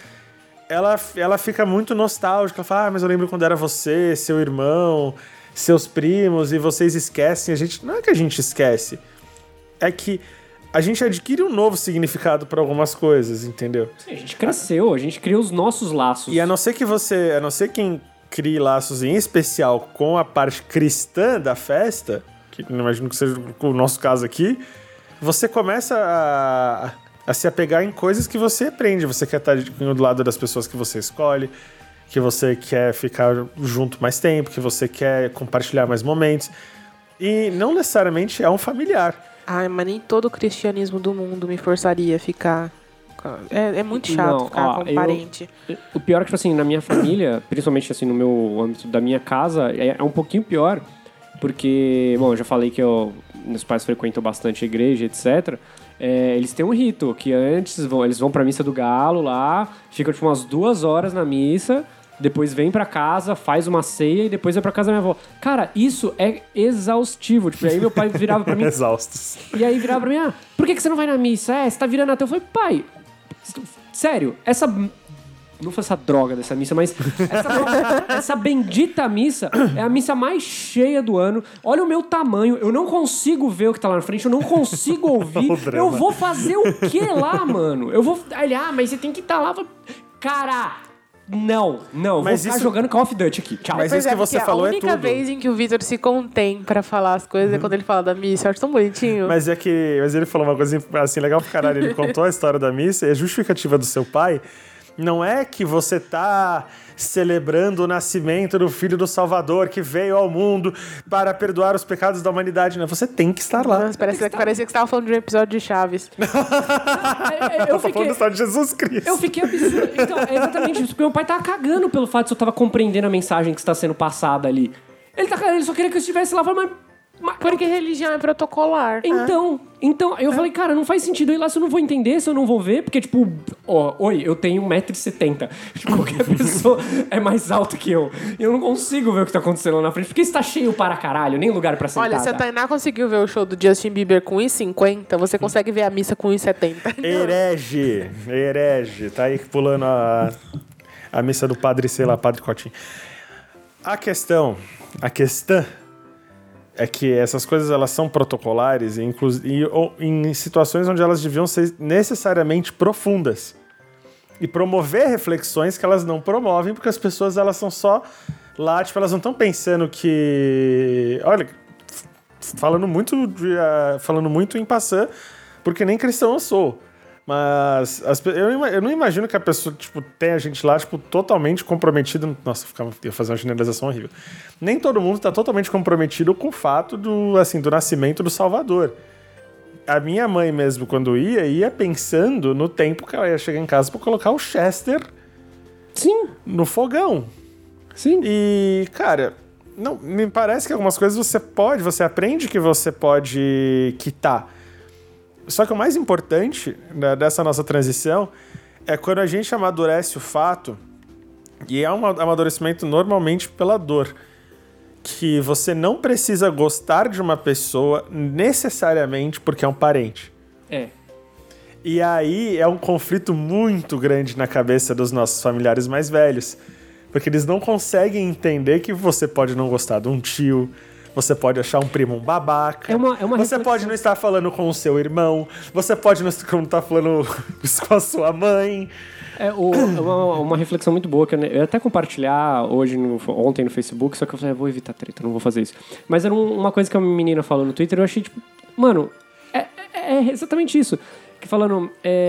ela fica muito nostálgica. Ela fala, mas eu lembro quando era você, seu irmão, seus primos, e vocês esquecem. Não é que a gente esquece, é que a gente adquire um novo significado para algumas coisas, entendeu? Sim, a gente cresceu, a gente cria os nossos laços. E a não ser quem crie laços em especial com a parte cristã da festa, que não imagino que seja o nosso caso aqui, você começa a se apegar em coisas que você aprende. Você quer estar do lado das pessoas que você escolhe, que você quer ficar junto mais tempo, que você quer compartilhar mais momentos. E não necessariamente é um familiar. Ai, mas nem todo o cristianismo do mundo me forçaria a ficar... É muito chato ficar com um parente. O pior é que, tipo assim, na minha família, principalmente assim, no meu âmbito da minha casa, é um pouquinho pior, porque, bom, eu já falei que meus pais frequentam bastante a igreja, etc. Eles têm um rito, que antes eles vão pra missa do galo lá, ficam tipo umas 2 horas na missa, depois vem pra casa, faz uma ceia e depois vai pra casa da minha avó. Cara, isso é exaustivo. Tipo, aí meu pai virava pra mim... Exaustos. E aí virava pra mim, por que você não vai na missa? Você tá virando ateu. Eu falei, pai, sério, não foi essa droga dessa missa, mas essa bendita missa é a missa mais cheia do ano. Olha o meu tamanho, eu não consigo ver o que tá lá na frente, eu não consigo ouvir. Eu vou fazer o que lá, mano? Eu vou... mas você tem que estar lá... Cara... Não, mas vou ficar jogando Call of Duty aqui. Tchau. Mas isso que você falou é tudo. A única vez em que o Vitor se contém pra falar as coisas é quando ele fala da missa. Eu acho tão bonitinho. Mas ele falou uma coisa assim, legal pra caralho. Ele contou a história da missa e a justificativa do seu pai não é que você tá celebrando o nascimento do Filho do Salvador que veio ao mundo para perdoar os pecados da humanidade. Não, você tem que estar lá. Nossa, parecia que você estava falando de um episódio de Chaves. Eu tô falando da história de Jesus Cristo. Eu fiquei absurdo. Então, é exatamente isso. Porque meu pai tava cagando pelo fato de eu tava compreendendo a mensagem que está sendo passada ali. Ele só queria que eu estivesse lá. Falando, mas porque religião é protocolar. Então, eu falei, cara, não faz sentido eu ir lá se eu não vou entender, se eu não vou ver, porque, tipo, oi, eu tenho 1,70 m. Tipo, qualquer pessoa é mais alta que eu. E eu não consigo ver o que tá acontecendo lá na frente, porque está cheio para caralho, nem lugar pra sentar. Olha, se a Tainá conseguiu ver o show do Justin Bieber com 1,50, você consegue ver a missa com 1,70. Herege. Tá aí pulando a missa do padre, sei lá, padre Cotinho. A questão é que essas coisas elas são protocolares e em situações onde elas deviam ser necessariamente profundas e promover reflexões que elas não promovem, porque as pessoas elas são só lá, tipo, elas não estão pensando que... Olha, falando muito em passant, porque nem cristão eu sou. Mas eu não imagino que a pessoa, tipo, tenha gente lá, tipo, totalmente comprometida. Nossa, ia fazer uma generalização horrível. Nem todo mundo tá totalmente comprometido com o fato do nascimento do Salvador. A minha mãe mesmo, quando ia pensando no tempo que ela ia chegar em casa pra colocar o Chester no fogão. Sim. E, cara, não, me parece que algumas coisas você aprende que você pode quitar. Só que o mais importante, né, dessa nossa transição é quando a gente amadurece o fato, e é um amadurecimento normalmente pela dor, que você não precisa gostar de uma pessoa necessariamente porque é um parente. E aí é um conflito muito grande na cabeça dos nossos familiares mais velhos, porque eles não conseguem entender que você pode não gostar de um tio, Você pode achar um primo um babaca. É uma você reflexão. pode não estar falando com o seu irmão. Você pode não estar falando com a sua mãe. Uma reflexão muito boa, que eu ia até compartilhar ontem no Facebook, só que eu falei, vou evitar treta, não vou fazer isso. Mas era uma coisa que uma menina falou no Twitter, eu achei, tipo, mano, é exatamente isso. Que falando,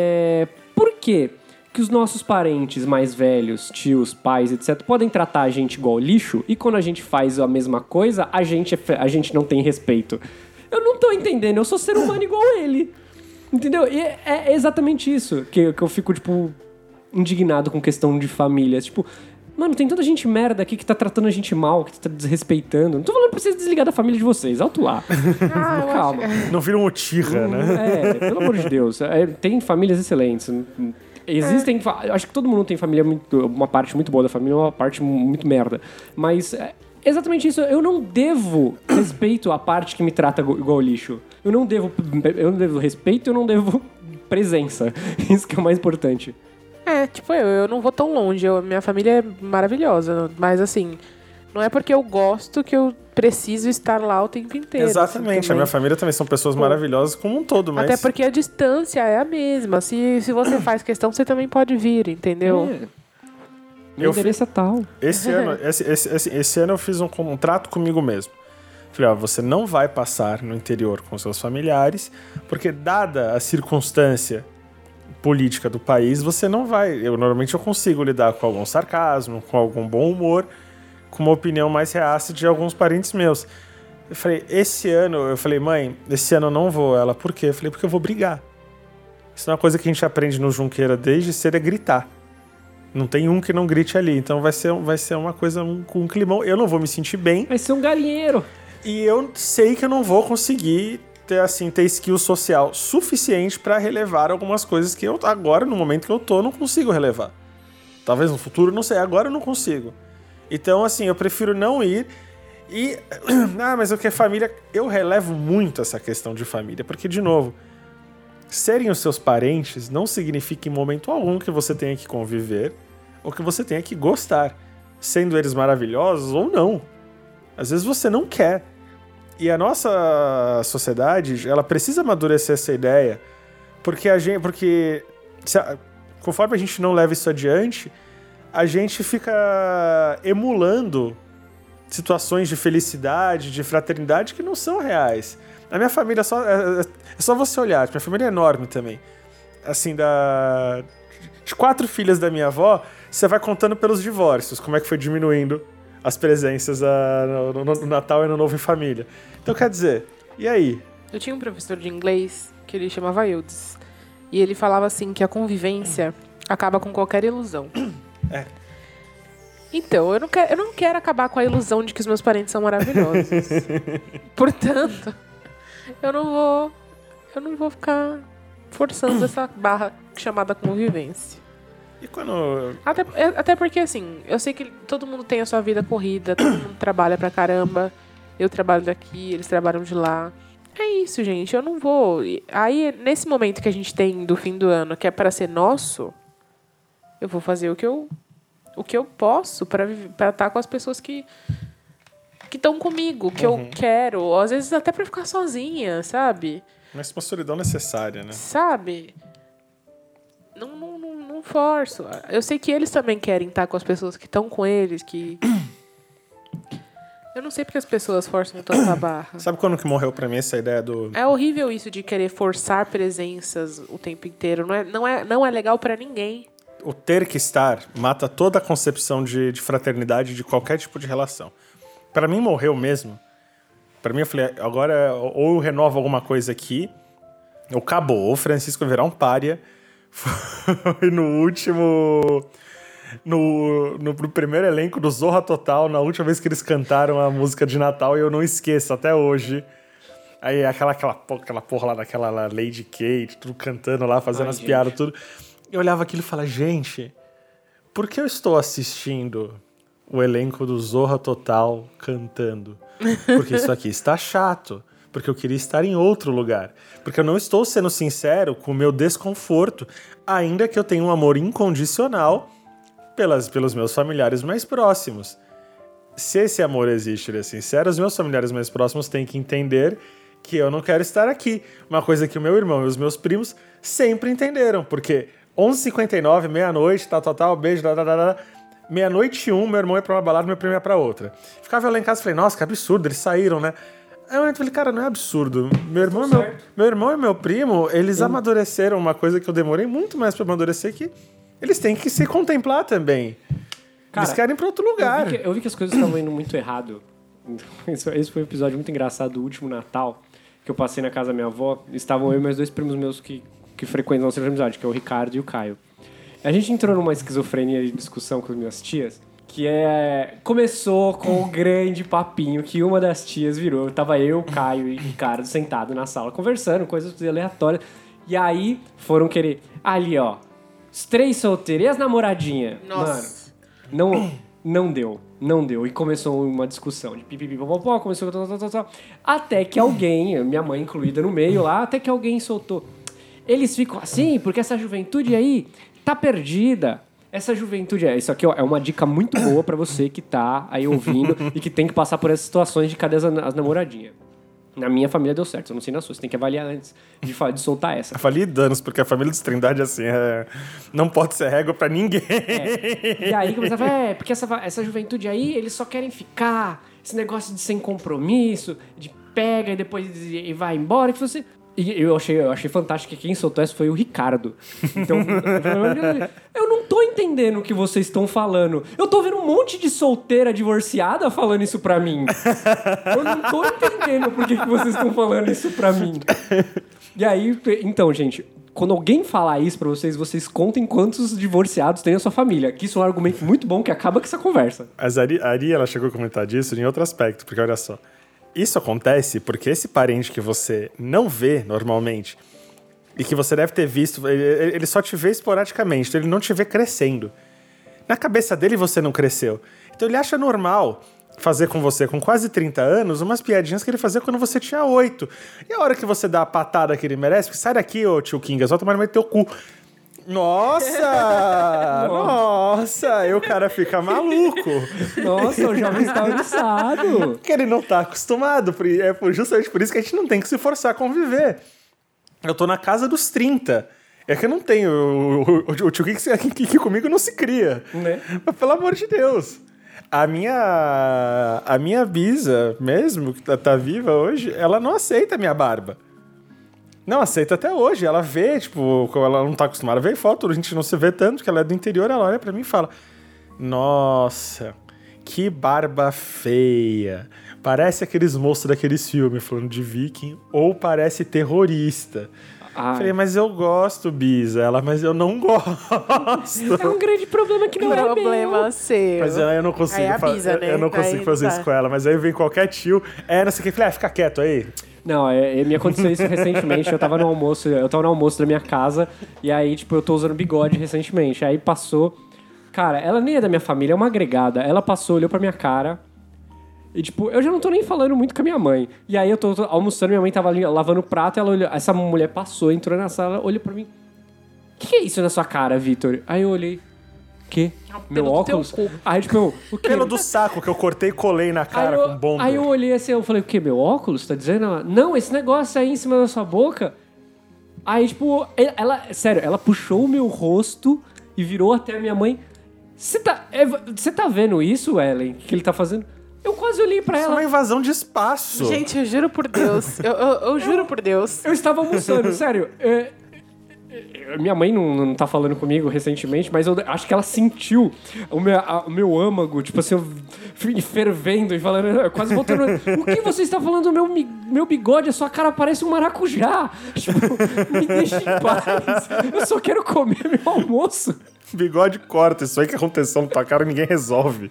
por quê que os nossos parentes mais velhos, tios, pais, etc., podem tratar a gente igual lixo, e quando a gente faz a mesma coisa, a gente não tem respeito? Eu não tô entendendo, eu sou ser humano igual ele. Entendeu? E é exatamente isso que eu fico, tipo, indignado com questão de famílias. Tipo, mano, tem tanta gente merda aqui que tá tratando a gente mal, que tá desrespeitando. Não tô falando pra vocês desligar da família de vocês, alto lá. Calma. Não vira um Otira, né? Pelo amor de Deus. Tem famílias excelentes. Existem... Acho que todo mundo tem família, uma parte muito boa da família, uma parte muito merda. Mas... exatamente isso. Eu não devo respeito à parte que me trata igual lixo. Eu não devo respeito, eu não devo presença. Isso que é o mais importante. Tipo, eu não vou tão longe. Minha família é maravilhosa. Mas, assim, não é porque eu gosto que eu preciso estar lá o tempo inteiro. Exatamente. Assim, a minha família também são pessoas maravilhosas como um todo, mas... Até porque a distância é a mesma. Se você faz questão, você também pode vir, entendeu? Meu endereço é tal. Esse ano eu fiz um contrato comigo mesmo. Falei, você não vai passar no interior com seus familiares, porque dada a circunstância política do país, você não vai... Normalmente eu consigo lidar com algum sarcasmo, com algum bom humor, com uma opinião mais reaça de alguns parentes meus. Eu falei, mãe, esse ano eu não vou. Ela, por quê? Eu falei, porque eu vou brigar. Isso é uma coisa que a gente aprende no Junqueira desde cedo, é gritar. Não tem um que não grite ali. Então vai ser uma coisa com um climão. Eu não vou me sentir bem. Vai ser um galinheiro. E eu sei que eu não vou conseguir ter skill social suficiente para relevar algumas coisas que eu agora, no momento que eu tô, não consigo relevar. Talvez no futuro, não sei. Agora eu não consigo. Então, assim, eu prefiro não ir. E... mas o que é família... Eu relevo muito essa questão de família. Porque, de novo... Serem os seus parentes não significa em momento algum que você tenha que conviver ou que você tenha que gostar, sendo eles maravilhosos ou não. Às vezes você não quer. E a nossa sociedade, ela precisa amadurecer essa ideia, porque conforme a gente não leva isso adiante, a gente fica emulando situações de felicidade, de fraternidade que não são reais. A minha família é só você olhar. Minha família é enorme também. Assim, de 4 filhas da minha avó, você vai contando pelos divórcios, como é que foi diminuindo as presenças no Natal e no Novo em família. Então, quer dizer, e aí? Eu tinha um professor de inglês que ele chamava Eudes. E ele falava assim que a convivência acaba com qualquer ilusão. Então, eu não quero acabar com a ilusão de que os meus parentes são maravilhosos. Portanto... Eu não vou ficar forçando essa barra chamada convivência. E quando... Até porque, assim, eu sei que todo mundo tem a sua vida corrida, todo mundo trabalha pra caramba. Eu trabalho daqui, eles trabalham de lá. É isso, gente, eu não vou... Aí, nesse momento que a gente tem do fim do ano, que é para ser nosso, eu vou fazer o que eu posso pra estar com as pessoas que estão comigo, que eu quero, ou às vezes até pra ficar sozinha, sabe? Mas uma solidão necessária, né? Sabe? Não forço. Eu sei que eles também querem estar com as pessoas que estão com eles, que... Eu não sei porque as pessoas forçam tanto a barra. Sabe quando que morreu pra mim essa ideia do... É horrível isso de querer forçar presenças o tempo inteiro. Não é legal pra ninguém. O ter que estar mata toda a concepção de fraternidade de qualquer tipo de relação. Pra mim, morreu mesmo. Pra mim, eu falei, agora ou eu renovo alguma coisa aqui, ou acabou. Ou o Francisco vai virar um pária. Foi no último... No primeiro elenco do Zorra Total, na última vez que eles cantaram a música de Natal, e eu não esqueço até hoje. Aí aquela porra lá daquela Lady Kate, tudo cantando lá, fazendo as piadas, tudo. Eu olhava aquilo e falava, gente, por que eu estou assistindo o elenco do Zorra Total cantando? Porque isso aqui está chato. Porque eu queria estar em outro lugar. Porque eu não estou sendo sincero com o meu desconforto, ainda que eu tenha um amor incondicional pelos meus familiares mais próximos. se esse amor existe, ele é sincero, os meus familiares mais próximos têm que entender que eu não quero estar aqui. Uma coisa que o meu irmão e os meus primos sempre entenderam, porque 11h59, meia-noite, tal, beijo, meia-noite e 1, meu irmão ia pra uma balada, meu primo ia pra outra. Ficava eu lá em casa e falei, nossa, que absurdo, eles saíram, né? Aí eu falei, cara, não é absurdo. Meu irmão e meu primo, eles amadureceram uma coisa que eu demorei muito mais pra amadurecer, que eles têm que se contemplar também. Cara, eles querem ir pra outro lugar. Eu vi que as coisas estavam indo muito errado. Esse foi um episódio muito engraçado do último Natal, que eu passei na casa da minha avó. Estavam eu e mais 2 primos meus que frequentam nossa amizade, que é o Ricardo e o Caio. A gente entrou numa esquizofrenia de discussão com as minhas tias, que começou com o grande papinho que uma das tias virou. Tava eu, Caio e Ricardo sentado na sala conversando, coisas aleatórias. E aí foram querer... Ali, ó, os 3 solteiros e as namoradinhas. Nossa. Mano, não deu. E começou uma discussão de pipipipopopó, começou... Até que alguém, minha mãe incluída no meio lá, até que alguém soltou... Eles ficam assim, porque essa juventude aí tá perdida. Essa juventude... Isso aqui ó, é uma dica muito boa pra você que tá aí ouvindo e que tem que passar por essas situações de cadê as namoradinhas. Na minha família deu certo, eu não sei na sua. Você tem que avaliar antes de soltar essa. Avalie danos, porque a família dos Trindade, assim, não pode ser régua pra ninguém. E aí começava a falar, porque essa juventude aí, eles só querem ficar, esse negócio de sem compromisso, de pega e depois e vai embora, que você... E eu achei fantástico que quem soltou essa foi o Ricardo. Então, eu não tô entendendo o que vocês estão falando. Eu tô vendo um monte de solteira divorciada falando isso pra mim. Eu não tô entendendo por que vocês estão falando isso pra mim. E aí, então, gente, quando alguém falar isso pra vocês, vocês contem quantos divorciados tem na sua família. Que isso é um argumento muito bom que acaba com essa conversa. Mas a Ari, ela chegou a comentar disso em outro aspecto, porque olha só. Isso acontece porque esse parente que você não vê normalmente e que você deve ter visto, ele só te vê esporadicamente, então ele não te vê crescendo. Na cabeça dele você não cresceu. Então ele acha normal fazer com você, com quase 30 anos, umas piadinhas que ele fazia quando você tinha 8. E a hora que você dá a patada que ele merece, sai daqui, ô tio Kinga, só tomar no meio do teu cu. Nossa! Nossa! Aí o cara fica maluco. Nossa, o jovem está avançado. Porque ele não tá acostumado. É justamente por isso que a gente não tem que se forçar a conviver. Eu tô na casa dos 30. É que eu não tenho... O tio que comigo não se cria. Né? Mas, pelo amor de Deus. A minha bisa mesmo, que tá viva hoje, ela não aceita a minha barba. Não, aceita até hoje. Ela vê, tipo, ela não tá acostumada a ver foto, a gente não se vê tanto, que ela é do interior, ela olha pra mim e fala: nossa, que barba feia. Parece aqueles moços daqueles filmes falando de viking, ou parece terrorista. Ai. Falei, mas eu gosto, Bisa. Ela, mas eu não gosto. É um grande problema que não é Problema seu. Mas eu não consigo, Aí avisa, né? eu não consigo Aí fazer tá. isso com ela. Mas aí vem qualquer tio, não sei o que. Falei, fica quieto aí. Não, me aconteceu isso recentemente. Eu tava no almoço da minha casa. E aí, tipo, eu tô usando bigode recentemente. Aí passou... Cara, ela nem é da minha família, é uma agregada. Ela passou, olhou pra minha cara. E, tipo, eu já não tô nem falando muito com a minha mãe. E aí eu tô almoçando, minha mãe tava ali lavando o prato. Ela olhou, essa mulher passou, entrou na sala, olhou pra mim. O que é isso na sua cara, Vitor? Aí eu olhei... Que? Meu óculos? Aí, tipo, o quê? Pelo do saco que eu cortei e colei na cara com bomba. Aí eu olhei assim, eu falei, o quê? Meu óculos? Tá dizendo? Ela, não, esse negócio aí em cima da sua boca. Aí, tipo, sério, ela puxou o meu rosto e virou até a minha mãe. Você tá vendo isso, Ellen? O que ele tá fazendo? Eu quase olhei pra ela. Isso é uma invasão de espaço. Gente, eu juro por Deus. Eu juro por Deus. Eu estava almoçando, sério. Minha mãe não tá falando comigo recentemente, mas eu acho que ela sentiu o meu âmago, tipo assim, fervendo e falando, quase voltando. O que você está falando do meu bigode? A sua cara parece um maracujá. Tipo, me deixa em paz. Eu só quero comer meu almoço. Bigode corta, isso aí que aconteceu na tua cara ninguém resolve.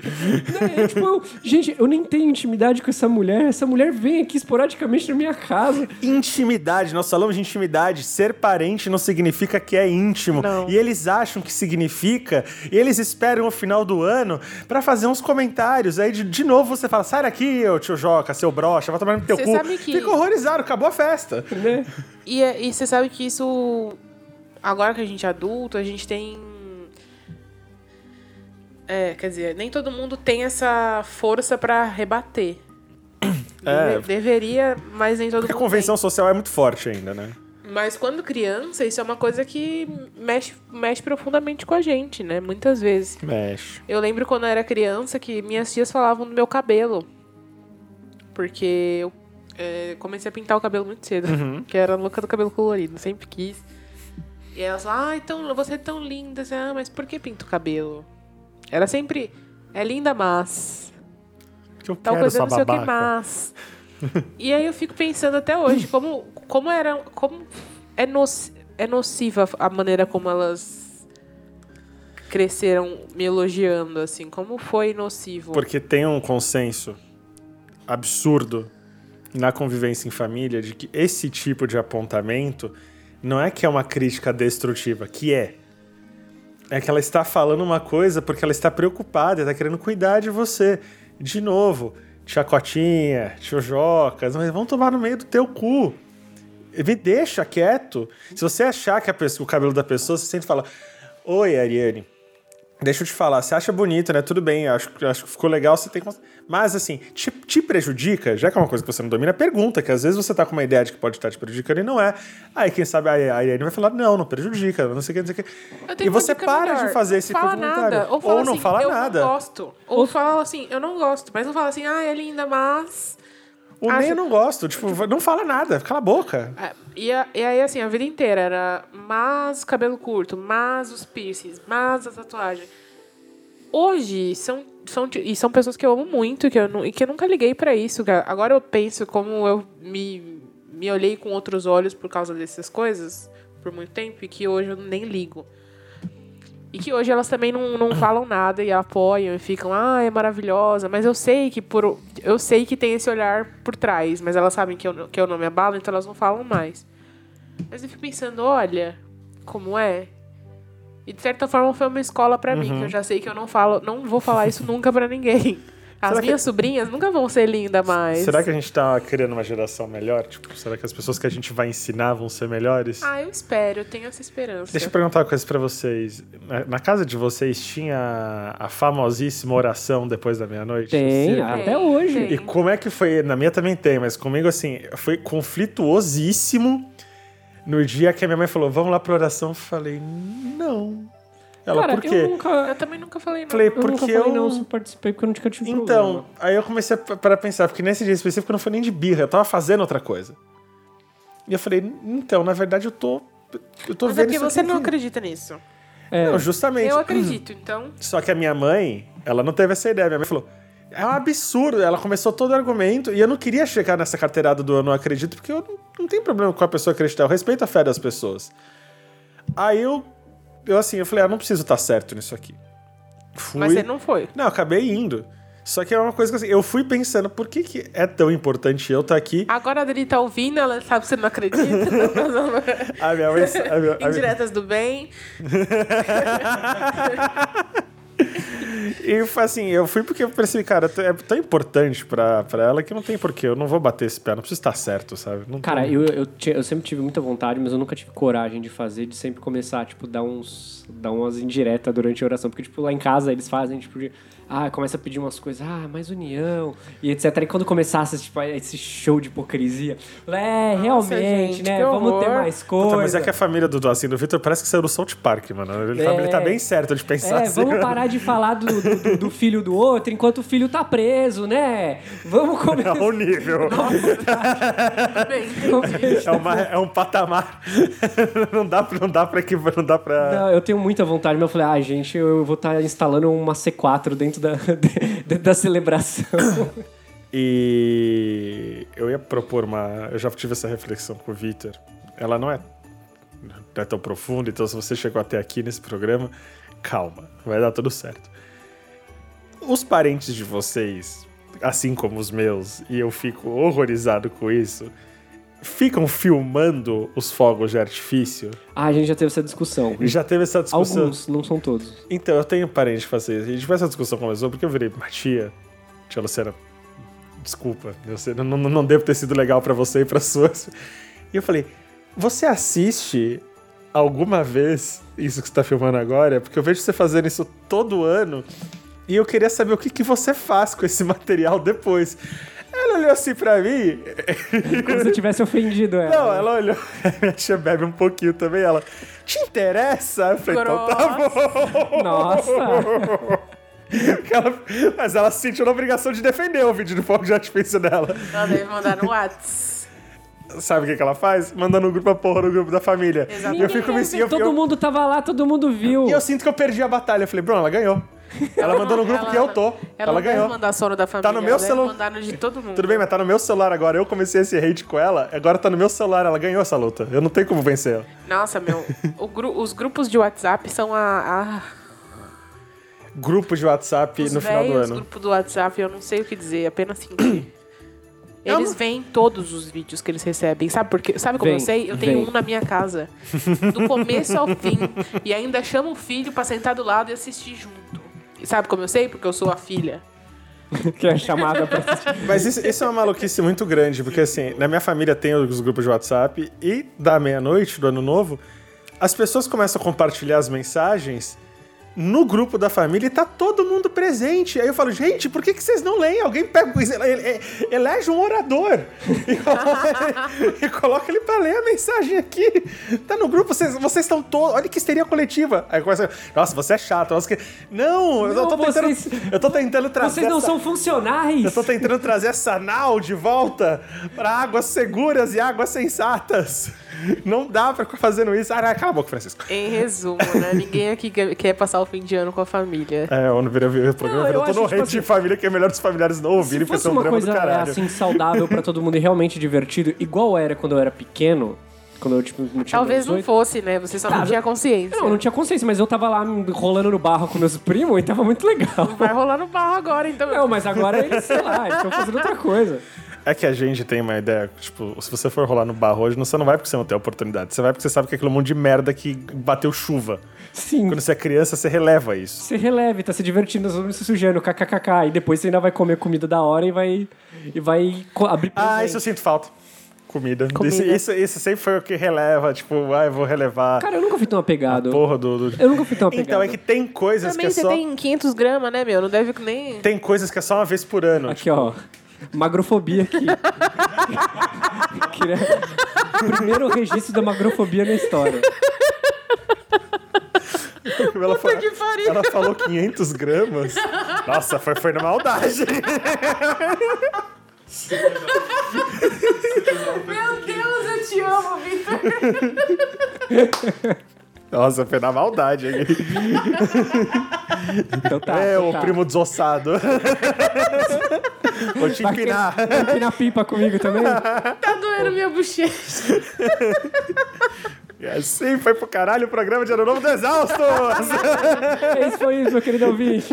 Gente, eu nem tenho intimidade com essa mulher. Essa mulher vem aqui esporadicamente na minha casa. Intimidade, nós falamos de intimidade. Ser parente não significa que é íntimo. Não. E eles acham que significa, e eles esperam o final do ano pra fazer uns comentários. Aí de novo você fala, sai daqui, ô tio Joca, seu broxa, vai tomar no teu Cê cu. sabe que- Fica horrorizado, acabou a festa. Né? E você sabe que isso... Agora que a gente é adulto, a gente tem... Quer dizer, nem todo mundo tem essa força pra rebater. Deveria, mas nem todo mundo Porque a convenção social é muito forte ainda, né? Mas quando criança, isso é uma coisa que mexe profundamente com a gente, né? Muitas vezes. Mexe. Eu lembro quando eu era criança que minhas tias falavam do meu cabelo. Porque eu comecei a pintar o cabelo muito cedo. Que era louca do cabelo colorido, sempre quis. E elas falavam, então, você é tão linda. Mas por que pinta o cabelo? Era sempre, é linda, mas... Que eu Tal quero coisa essa não sei o que, babaca. mas... E aí eu fico pensando até hoje, como é nociva a maneira como elas cresceram me elogiando, assim. Como foi nocivo. Porque tem um consenso absurdo na convivência em família de que esse tipo de apontamento não é que é uma crítica destrutiva, que é que ela está falando uma coisa porque ela está preocupada, está querendo cuidar de você. De novo, tia Cotinha, tio Jocas, mas vão tomar no meio do teu cu. Me deixa quieto. Se você achar que o cabelo da pessoa, você sempre fala: oi, Ariane, deixa eu te falar, você acha bonito, né? Tudo bem, acho que ficou legal, você tem... Mas, assim, te prejudica? Já que é uma coisa que você não domina, pergunta, que às vezes você tá com uma ideia de que pode estar te prejudicando e não é. Aí, quem sabe, a Ariane vai falar: não prejudica, não sei o que, não sei o que. E você para melhor. de fazer esse fala comentário. nada. Ou, fala não assim, fala eu nada. Não gosto. Ou fala assim, eu não gosto. Mas não fala assim, é linda, mas... Nem eu não gosto. Tipo, não fala nada, cala a boca. E aí, assim, a vida inteira era mas cabelo curto, mas os piercings, mas a tatuagem. Hoje, são pessoas que eu amo muito e que eu nunca liguei pra isso. Agora eu penso como eu me olhei com outros olhos por causa dessas coisas por muito tempo e que hoje eu nem ligo. E que hoje elas também não falam nada e apoiam e ficam, é maravilhosa. Mas eu sei que tem esse olhar por trás, mas elas sabem que eu não me abalo, então elas não falam mais. Mas eu fico pensando, olha, como é? E de certa forma foi uma escola pra mim, que eu já sei que eu não vou falar isso nunca pra ninguém. As minhas sobrinhas nunca vão ser lindas mais. Será que a gente tá criando uma geração melhor? Tipo, será que as pessoas que a gente vai ensinar vão ser melhores? Eu espero, eu tenho essa esperança. Deixa eu perguntar uma coisa pra vocês. Na casa de vocês tinha a famosíssima oração depois da meia-noite? Tem, até hoje. E como é que foi? Na minha também tem, mas comigo, assim, foi conflituosíssimo. No dia que a minha mãe falou, vamos lá pra oração, eu falei, não. Ela, cara, por quê? Eu também nunca falei não. Falei, Eu nunca falei não, se participei porque eu nunca tive problema. Então, aí eu comecei para pensar, porque nesse dia específico não foi nem de birra, eu tava fazendo outra coisa. E eu falei, então, na verdade eu tô Mas vendo é porque isso você aqui. não acredita nisso. Não, justamente. Eu acredito, então... Só que a minha mãe, ela não teve essa ideia. Minha mãe falou, é um absurdo. Ela começou todo o argumento e eu não queria chegar nessa carteirada do eu não acredito, porque eu não tenho problema com a pessoa acreditar. Eu respeito a fé das pessoas. Aí eu falei, não preciso estar certo nisso aqui. Mas você não foi. Não, eu acabei indo. Só que é uma coisa que assim, eu fui pensando, por que é tão importante eu estar aqui? Agora a Adri tá ouvindo, ela sabe que você não acredita. A minha mãe... Indiretas do bem. E assim, eu fui porque eu percebi, cara, é tão importante pra ela que não tem porquê. Eu não vou bater esse pé, não preciso estar certo, sabe? Não cara, tô... eu sempre tive muita vontade, mas eu nunca tive coragem de fazer, de sempre começar, tipo, dar umas indiretas durante a oração. Porque, tipo, lá em casa eles fazem, tipo, começa a pedir umas coisas, mais união, e etc. E quando começasse, tipo, esse show de hipocrisia, realmente, gente, né, vamos ter mais coisa. Puta, mas é que a família do Vitor parece que saiu do South Park, mano. Ele tá bem certo de pensar assim. Vamos parar de falar do filho do outro enquanto o filho tá preso, né? Vamos começar... É um nível. É um patamar. Não dá pra... Não, eu tenho muita vontade, mas eu falei, gente, eu vou estar instalando uma C4 dentro da celebração. E eu ia propor eu já tive essa reflexão com o Vitor. Ela não é tão profunda, então se você chegou até aqui nesse programa, calma, vai dar tudo certo. Os parentes de vocês, assim como os meus, e eu fico horrorizado com isso, ficam filmando os fogos de artifício? A gente já teve essa discussão. Já teve essa discussão? Alguns, não são todos. Então, eu tenho parente que faz isso. A gente essa discussão começou porque eu virei, tia Luciana, desculpa, não devo ter sido legal pra você e pra suas. E eu falei, você assiste alguma vez isso que você tá filmando agora, porque eu vejo você fazendo isso todo ano, e eu queria saber o que você faz com esse material depois. Ela olhou assim pra mim... Como se eu tivesse ofendido ela. Não, ela olhou... Minha tia bebe um pouquinho também, ela... Te interessa? Eu falei, então tá bom. Nossa! Mas ela se sentiu na obrigação de defender o vídeo do fogo de artifício dela. Ela deve mandar no WhatsApp. Sabe o que ela faz? Mandando um grupo a porra no grupo da família. Exatamente. E eu fico me... Todo mundo tava lá, todo mundo viu. E eu sinto que eu perdi a batalha. Eu falei, Bruno, ela ganhou. Ela mandou no grupo que eu tô. Ela ganhou. Ela mandar só no da família. Tá no meu celular. Mandar no de todo mundo. Tudo bem, mas tá no meu celular agora. Eu comecei esse hate com ela. Agora tá no meu celular. Ela ganhou essa luta. Eu não tenho como vencer ela. Nossa, meu. Os grupos de WhatsApp são Grupo de WhatsApp os no final do velhos ano. grupos do WhatsApp, eu não sei o que dizer, apenas fingir. Eles veem todos os vídeos que eles recebem. Sabe por quê? Sabe como eu sei? Eu tenho um na minha casa. Do começo ao fim. E ainda chamo o filho pra sentar do lado e assistir junto. E sabe como eu sei? Porque eu sou a filha. Que é chamada pra assistir. Mas isso é uma maluquice muito grande, porque assim, na minha família tem os grupos de WhatsApp e da meia-noite do ano novo, as pessoas começam a compartilhar as mensagens no grupo da família e tá todo mundo presente. Aí eu falo, gente, por que vocês não leem? Alguém pega, elege um orador e coloca ele pra ler a mensagem aqui. Tá no grupo, vocês estão todos... Olha que histeria coletiva. Aí começa, nossa, você é chato. Não, eu tô tentando trazer... Vocês não são funcionais. Eu tô tentando trazer essa nau de volta pra águas seguras e águas sensatas. Não dá pra ficar fazendo isso. Cala a boca, Francisco. Em resumo, né? Ninguém aqui quer passar o fim de ano com a família. Eu não virei o programa. Eu tô no hate tipo de família que é melhor dos familiares não ouvirem, porque se são um fosse uma drama do coisa caralho. assim, saudável pra todo mundo e realmente divertido, igual era quando eu era pequeno, quando eu tipo, não tinha Talvez 18. não fosse, né? Você só não tinha consciência. Não tinha consciência, mas eu tava lá rolando no barro com meus primos e tava muito legal. Vai rolar no barro agora, então. Não, mas agora eles, sei lá, eles estão fazendo outra coisa. É que a gente tem uma ideia, tipo, se você for rolar no barro hoje, você não vai porque você não tem oportunidade. Você vai porque você sabe que é aquele monte de merda que bateu chuva. Sim. Quando você é criança, você releva isso. Você releve, tá se divertindo, nós vamos se sujando, kkkk. E depois você ainda vai comer comida da hora e vai abrir presente. Isso eu sinto falta. Comida. Isso sempre foi o que releva, tipo, eu vou relevar. Cara, eu nunca fui tão apegado. Porra do... Eu nunca fui tão apegado. Então, é que tem coisas Também que é você só... tem 500 gramas, né, meu? Não deve nem... Tem coisas que é só uma vez por ano. Aqui, ó. Magrofobia aqui. Primeiro registro da magrofobia na história. Ela falou 500 gramas. Nossa, foi na maldade. Meu Deus, eu te amo, Vitor. Nossa, foi na maldade. Então tá. O primo desossado. Vou te empinar. Vai empinar pipa comigo também? Tá doendo minha bochecha. E assim foi pro caralho o programa de Ano Novo do Exaustos. Esse foi isso, meu querido ouvinte.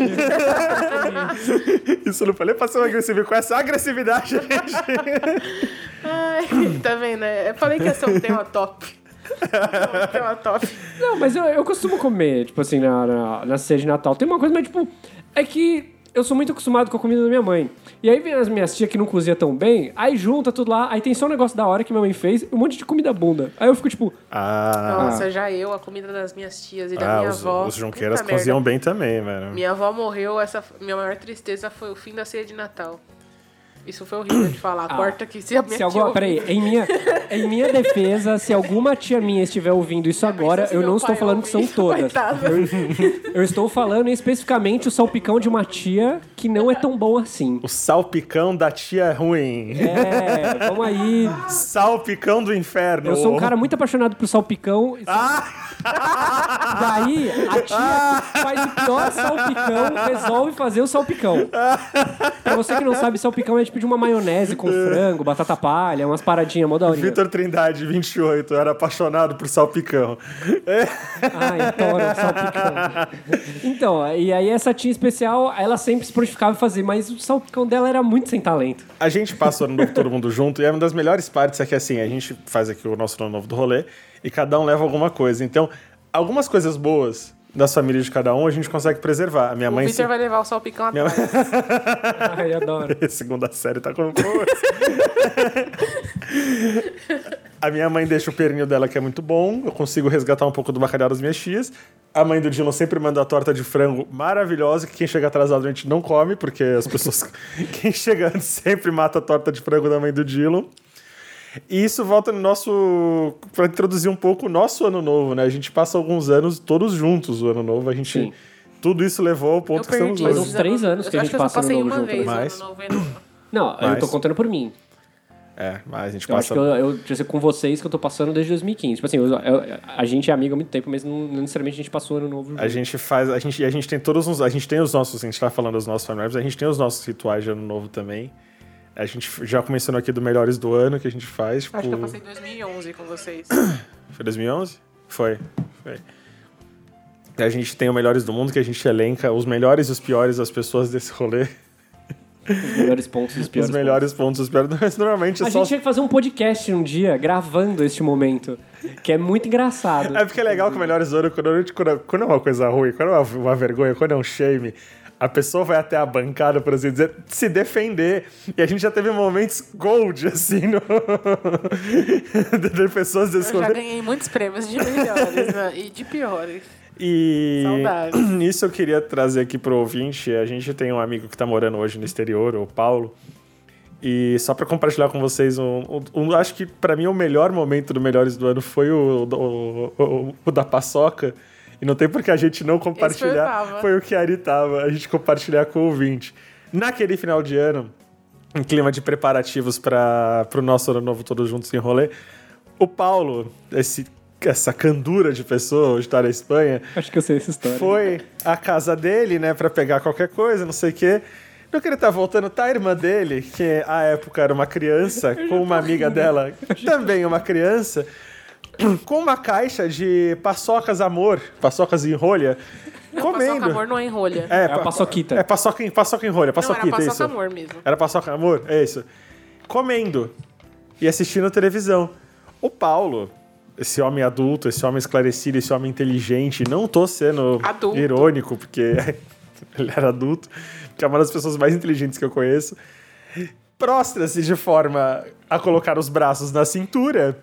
Isso não falei pra ser agressivo com essa agressividade, gente. Ai, tá vendo, né? Eu falei que ia ser um tema top. Tema top. Não, mas eu costumo comer, tipo assim, na ceia de Natal. Tem uma coisa, mas tipo, é que eu sou muito acostumado com a comida da minha mãe. E aí vem as minhas tias que não cozinham tão bem, aí junta tudo lá, aí tem só um negócio da hora que minha mãe fez, um monte de comida bunda. Aí eu fico tipo... Nossa, já a comida das minhas tias e da minha avó. Os Junqueiras cozinham bem também, velho. Minha avó morreu, minha maior tristeza foi o fim da ceia de Natal. Isso foi horrível de falar. Corta aqui se a minha tia Peraí, em minha defesa, se alguma tia minha estiver ouvindo isso agora, eu não estou falando que são todas. Eu estou falando especificamente o salpicão de uma tia que não é tão bom assim. O salpicão da tia ruim. Vamos aí. Salpicão do inferno. Eu sou um cara muito apaixonado por salpicão. Daí, a tia que faz o pior salpicão resolve fazer o salpicão. Pra você que não sabe, salpicão é tipo de uma maionese com frango, batata palha, umas paradinhas mó daorinha. Vitor Trindade, 28, era apaixonado por salpicão. Adoro salpicão. Então, e aí essa tia especial, ela sempre se prontificava a fazer, mas o salpicão dela era muito sem talento. A gente passa o ano novo todo mundo junto, e uma das melhores partes é que assim, a gente faz aqui o nosso ano novo do rolê, e cada um leva alguma coisa. Então, algumas coisas boas das famílias de cada um a gente consegue preservar. A minha mãe... O Victor vai levar o salpicão atrás. Ai, adoro. Segunda série tá com força. A minha mãe deixa o pernil dela, que é muito bom. Eu consigo resgatar um pouco do bacalhau das minhas tias. A mãe do Dylan sempre manda a torta de frango maravilhosa, que quem chega atrasado a gente não come, porque as pessoas... quem chega antes sempre mata a torta de frango da mãe do Dylan. E isso volta no nosso... para introduzir um pouco o nosso ano novo, né? A gente passa alguns anos todos juntos o ano novo. A gente... Sim. Tudo isso levou ao ponto que estamos Faz hoje. uns 3 anos que a gente passa ano novo junto. Eu né? acho que eu só passei uma vez ano novo. Não, eu tô contando por mim. Mas a gente Eu passa... acho que eu tinha sido com vocês que eu tô passando desde 2015. Tipo assim, a gente é amigo há muito tempo, mas não necessariamente a gente passou ano novo junto. A gente faz... A gente tem todos uns... A gente tem os nossos... A gente tá falando dos nossos familiares, a gente tem os nossos rituais de ano novo também. A gente já começou aqui do Melhores do Ano que a gente faz. Tipo... Acho que eu passei em 2011 com vocês. Foi 2011? Foi. A gente tem o Melhores do Mundo, que a gente elenca os melhores e os piores das pessoas desse rolê. Os melhores pontos e os piores Os melhores pontos, os piores. Mas normalmente é A só... gente tinha que fazer um podcast um dia, gravando este momento, que é muito engraçado. É porque é legal que o Melhores do Ano, quando é uma coisa ruim, quando é uma vergonha, quando é um shame, a pessoa vai até a bancada, por assim dizer, se defender. E a gente já teve momentos gold, assim, de pessoas desse Eu já rolê. ganhei muitos prêmios de melhores, né? E de piores. E Saudades. isso eu queria trazer aqui pro ouvinte. A gente tem um amigo que tá morando hoje no exterior, o Paulo. E só pra compartilhar com vocês, acho que pra mim o melhor momento do Melhores do Ano foi o da paçoca. E não tem por que a gente não compartilhar. Foi o que a Ari tava, a gente compartilhar com o ouvinte. Naquele final de ano, em clima de preparativos pro nosso Ano Novo todos juntos em rolê, o Paulo, essa candura de pessoa, hoje tá na Espanha. Acho que eu sei essa história. Foi à casa dele, né, pra pegar qualquer coisa, não sei o quê. No que ele tá voltando, tá a irmã dele, que à época era uma criança, com uma amiga dela, também uma criança, com uma caixa de paçocas amor, paçocas em rolha, comendo. Paçoca amor não é em rolha. É a paçoquita. É paçoca em rolha, Não, paçoquita, era paçoca isso. amor mesmo. Era paçoca amor, é isso. Comendo e assistindo televisão. O Paulo, esse homem adulto, esse homem esclarecido, esse homem inteligente, não tô sendo Adulto. irônico, porque ele era adulto, que é uma das pessoas mais inteligentes que eu conheço, prostra-se de forma a colocar os braços na cintura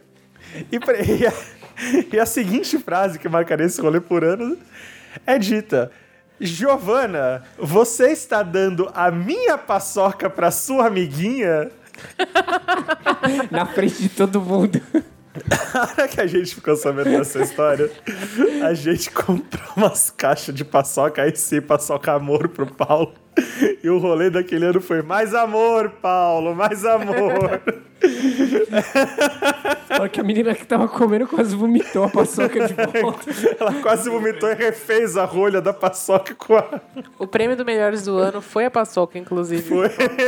e a seguinte frase que marcaria esse rolê por anos é dita: Giovana, você está dando a minha paçoca pra sua amiguinha? Na frente de todo mundo. A hora que a gente ficou sabendo dessa história, a gente comprou umas caixas de paçoca, aí sim, paçoca amor pro Paulo. E o rolê daquele ano foi: mais amor, Paulo, mais amor. Só que a menina que tava comendo quase vomitou a paçoca de volta. Ela quase vomitou e refez a rolha da paçoca com a... O prêmio do Melhores do Ano foi a paçoca, inclusive. Foi.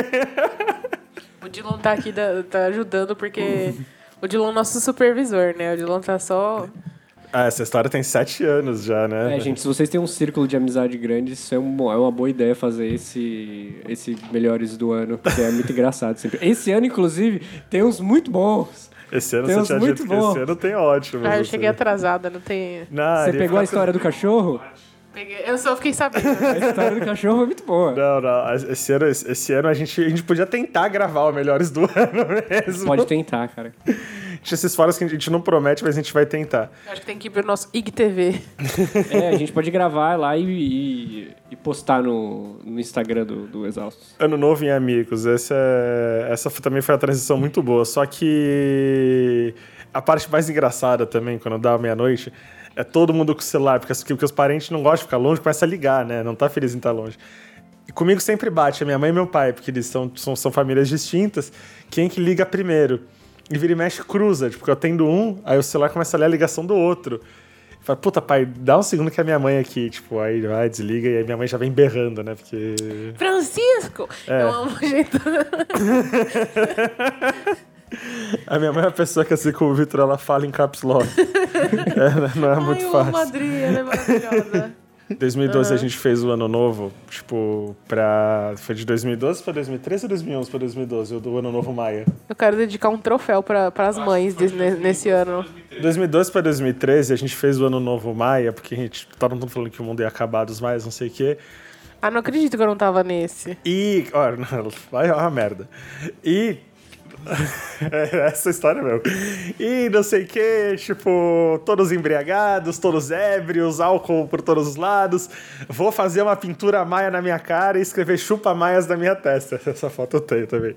O Dylan tá aqui, tá ajudando, porque o Dylan é o nosso supervisor, né? O Dylan tá só... Essa história tem 7 anos já, né? Gente, se vocês têm um círculo de amizade grande, isso é uma boa ideia fazer esse Melhores do Ano, que é muito engraçado sempre. Esse ano, inclusive, tem uns muito bons. Esse ano tem você uns tinha muito dito que bom. esse ano tem ótimo. eu cheguei atrasada, não tem... Você pegou a história do cachorro? Peguei. Eu só fiquei sabendo. A história do cachorro é muito boa. Não. Esse ano a gente podia tentar gravar o Melhores do Ano mesmo. Pode tentar, cara. Esses foras que a gente não promete, mas a gente vai tentar. Acho que tem que ir pro nosso IGTV. A gente pode gravar lá e postar no Instagram do Exaustos. Ano Novo em Amigos. Essa também foi uma transição muito boa. Só que a parte mais engraçada também, quando dá meia-noite, é todo mundo com o celular, porque os parentes não gostam de ficar longe, começa a ligar, né? Não tá feliz em estar longe. E comigo sempre bate a minha mãe e meu pai, porque eles são famílias distintas. Quem que liga primeiro? E vira e mexe, cruza. Tipo, eu atendo um, aí o celular começa a ler a ligação do outro. Fala, puta, pai, dá um segundo que a minha mãe aqui. Tipo, aí vai, desliga, e aí minha mãe já vem berrando, né? Porque... Francisco! Eu amo o jeito... A minha mãe é uma pessoa que, assim como o Vitor, ela fala em caps lock. Não é muito fácil. Ai, Madrid, ela é maravilhosa. Em 2012 a gente fez o Ano Novo, tipo, foi de 2012 pra 2013 ou 2011 pra 2012, o do Ano Novo Maia? Eu quero dedicar um troféu pras mães nesse ano. 2012 pra 2013 a gente fez o Ano Novo Maia, porque a gente tava todo mundo falando que o mundo ia acabar dos maias, não sei o quê. Ah, não acredito que eu não tava nesse. E, olha, vai uma merda. E Essa história mesmo. E não sei o que, tipo, todos embriagados, todos ébrios, álcool por todos os lados. Vou fazer uma pintura maia na minha cara e escrever chupa-maias na minha testa. Essa foto eu tenho também.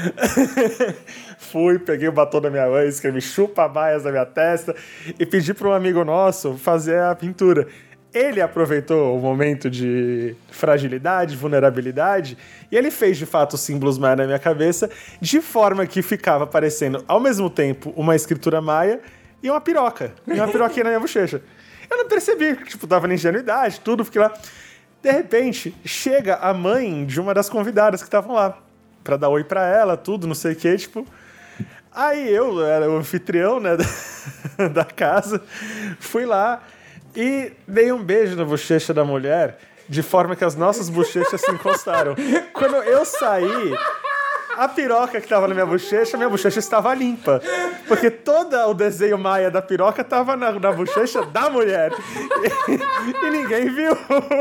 Fui, peguei o batom da minha mãe, escrevi chupa-maias na minha testa e pedi para um amigo nosso fazer a pintura. Ele aproveitou o momento de fragilidade, vulnerabilidade, e ele fez, de fato, os símbolos maia na minha cabeça, de forma que ficava parecendo, ao mesmo tempo, uma escritura maia e uma piroca. E uma piroquinha na minha bochecha. Eu não percebi, tipo, tava na ingenuidade, tudo, fiquei lá. De repente, chega a mãe de uma das convidadas que estavam lá, pra dar oi pra ela, tudo, não sei o que, tipo... Aí eu era o anfitrião, né, da casa, fui lá... E dei um beijo na bochecha da mulher, de forma que as nossas bochechas se encostaram. Quando eu saí, a piroca que estava na minha bochecha estava limpa. Porque todo o desenho maia da piroca estava na bochecha da mulher. E ninguém viu.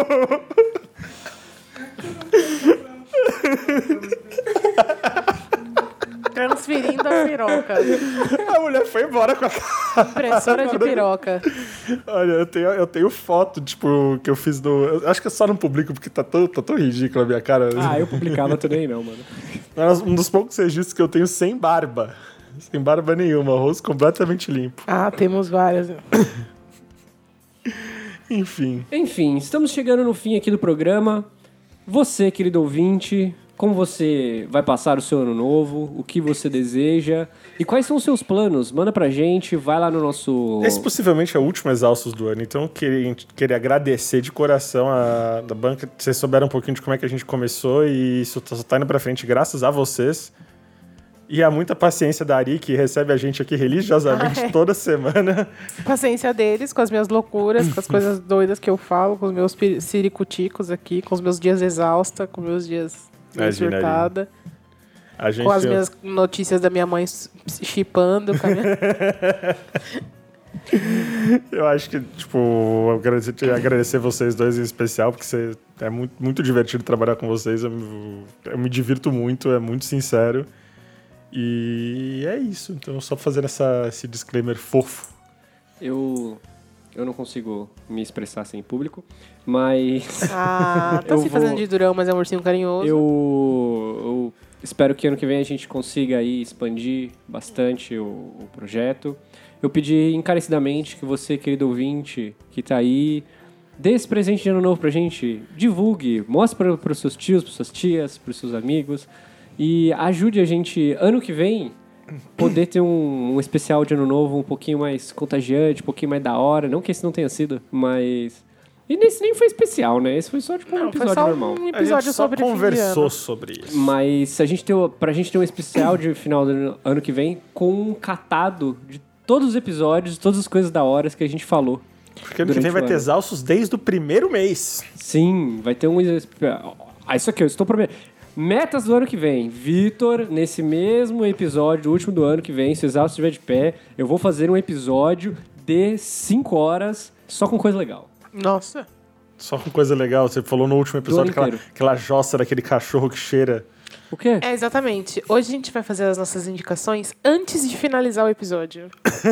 Transferindo a piroca. A mulher foi embora com a Impressora de piroca. Olha, eu tenho foto, tipo, que eu fiz no... Eu acho que eu só não publico porque tá tão ridículo a minha cara. Ah, eu publicava também não, mano. É um dos poucos registros que eu tenho sem barba. Sem barba nenhuma, o rosto completamente limpo. Ah, temos várias. Enfim, Estamos chegando no fim aqui do programa. Você, querido ouvinte... Como você vai passar o seu ano novo? O que você deseja? E quais são os seus planos? Manda pra gente, vai lá no nosso... Esse possivelmente é o último Exaustos do ano, então eu queria agradecer de coração a da banca. Vocês souberam um pouquinho de como é que a gente começou e isso só tá indo pra frente graças a vocês. E a muita paciência da Ari, que recebe a gente aqui religiosamente toda semana. Paciência deles, com as minhas loucuras, com as coisas doidas que eu falo, com os meus siricuticos aqui, com os meus dias exausta, com os meus dias... surtada. Com as minhas notícias da minha mãe chipando. Eu acho que, tipo, agradecer vocês dois em especial, porque é muito, muito divertido trabalhar com vocês. Eu me divirto muito, é muito sincero. E é isso. Então, só fazendo esse disclaimer fofo. Eu não consigo me expressar sem público, mas... Ah, tá se fazendo de durão, mas é um ursinho carinhoso. Eu espero que ano que vem a gente consiga aí expandir bastante o projeto. Eu pedi encarecidamente que você, querido ouvinte, que tá aí, dê esse presente de ano novo pra gente, divulgue, mostre para os seus tios, para suas tias, para os seus amigos e ajude a gente, ano que vem, poder ter um especial de ano novo um pouquinho mais contagiante, um pouquinho mais da hora. Não que esse não tenha sido, mas... E nesse nem foi especial, né? Esse foi só tipo um episódio normal. Um episódio sobre a gente só conversou sobre isso. Mas pra gente ter um especial de final do ano que vem com um catado de todos os episódios, todas as coisas da hora que a gente falou. Porque ano que vem vai ter Exaustos desde o primeiro mês. Sim, vai ter um... isso aqui, eu estou prometendo. Metas do ano que vem. Vitor, nesse mesmo episódio, o último do ano que vem, se o Exausto estiver de pé, eu vou fazer um episódio de 5 horas só com coisa legal. Nossa. Só com coisa legal. Você falou no último episódio aquela jossa daquele cachorro que cheira. O quê? É, exatamente. Hoje a gente vai fazer as nossas indicações antes de finalizar o episódio.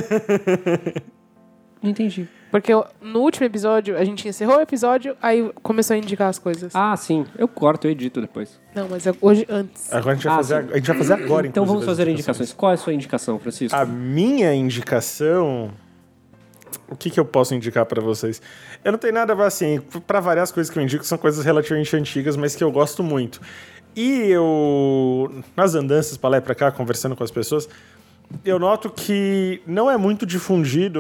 Não entendi. Porque no último episódio, a gente encerrou o episódio, aí começou a indicar as coisas. Ah, sim. Eu corto, eu edito depois. Não, mas hoje antes. Agora a gente vai fazer agora, então vamos fazer indicações. Qual é a sua indicação, Francisco? A minha indicação... O que eu posso indicar pra vocês? Eu não tenho nada, assim, pra variar as coisas que eu indico, são coisas relativamente antigas, mas que eu gosto muito. E eu, nas andanças pra lá e pra cá, conversando com as pessoas, eu noto que não é muito difundido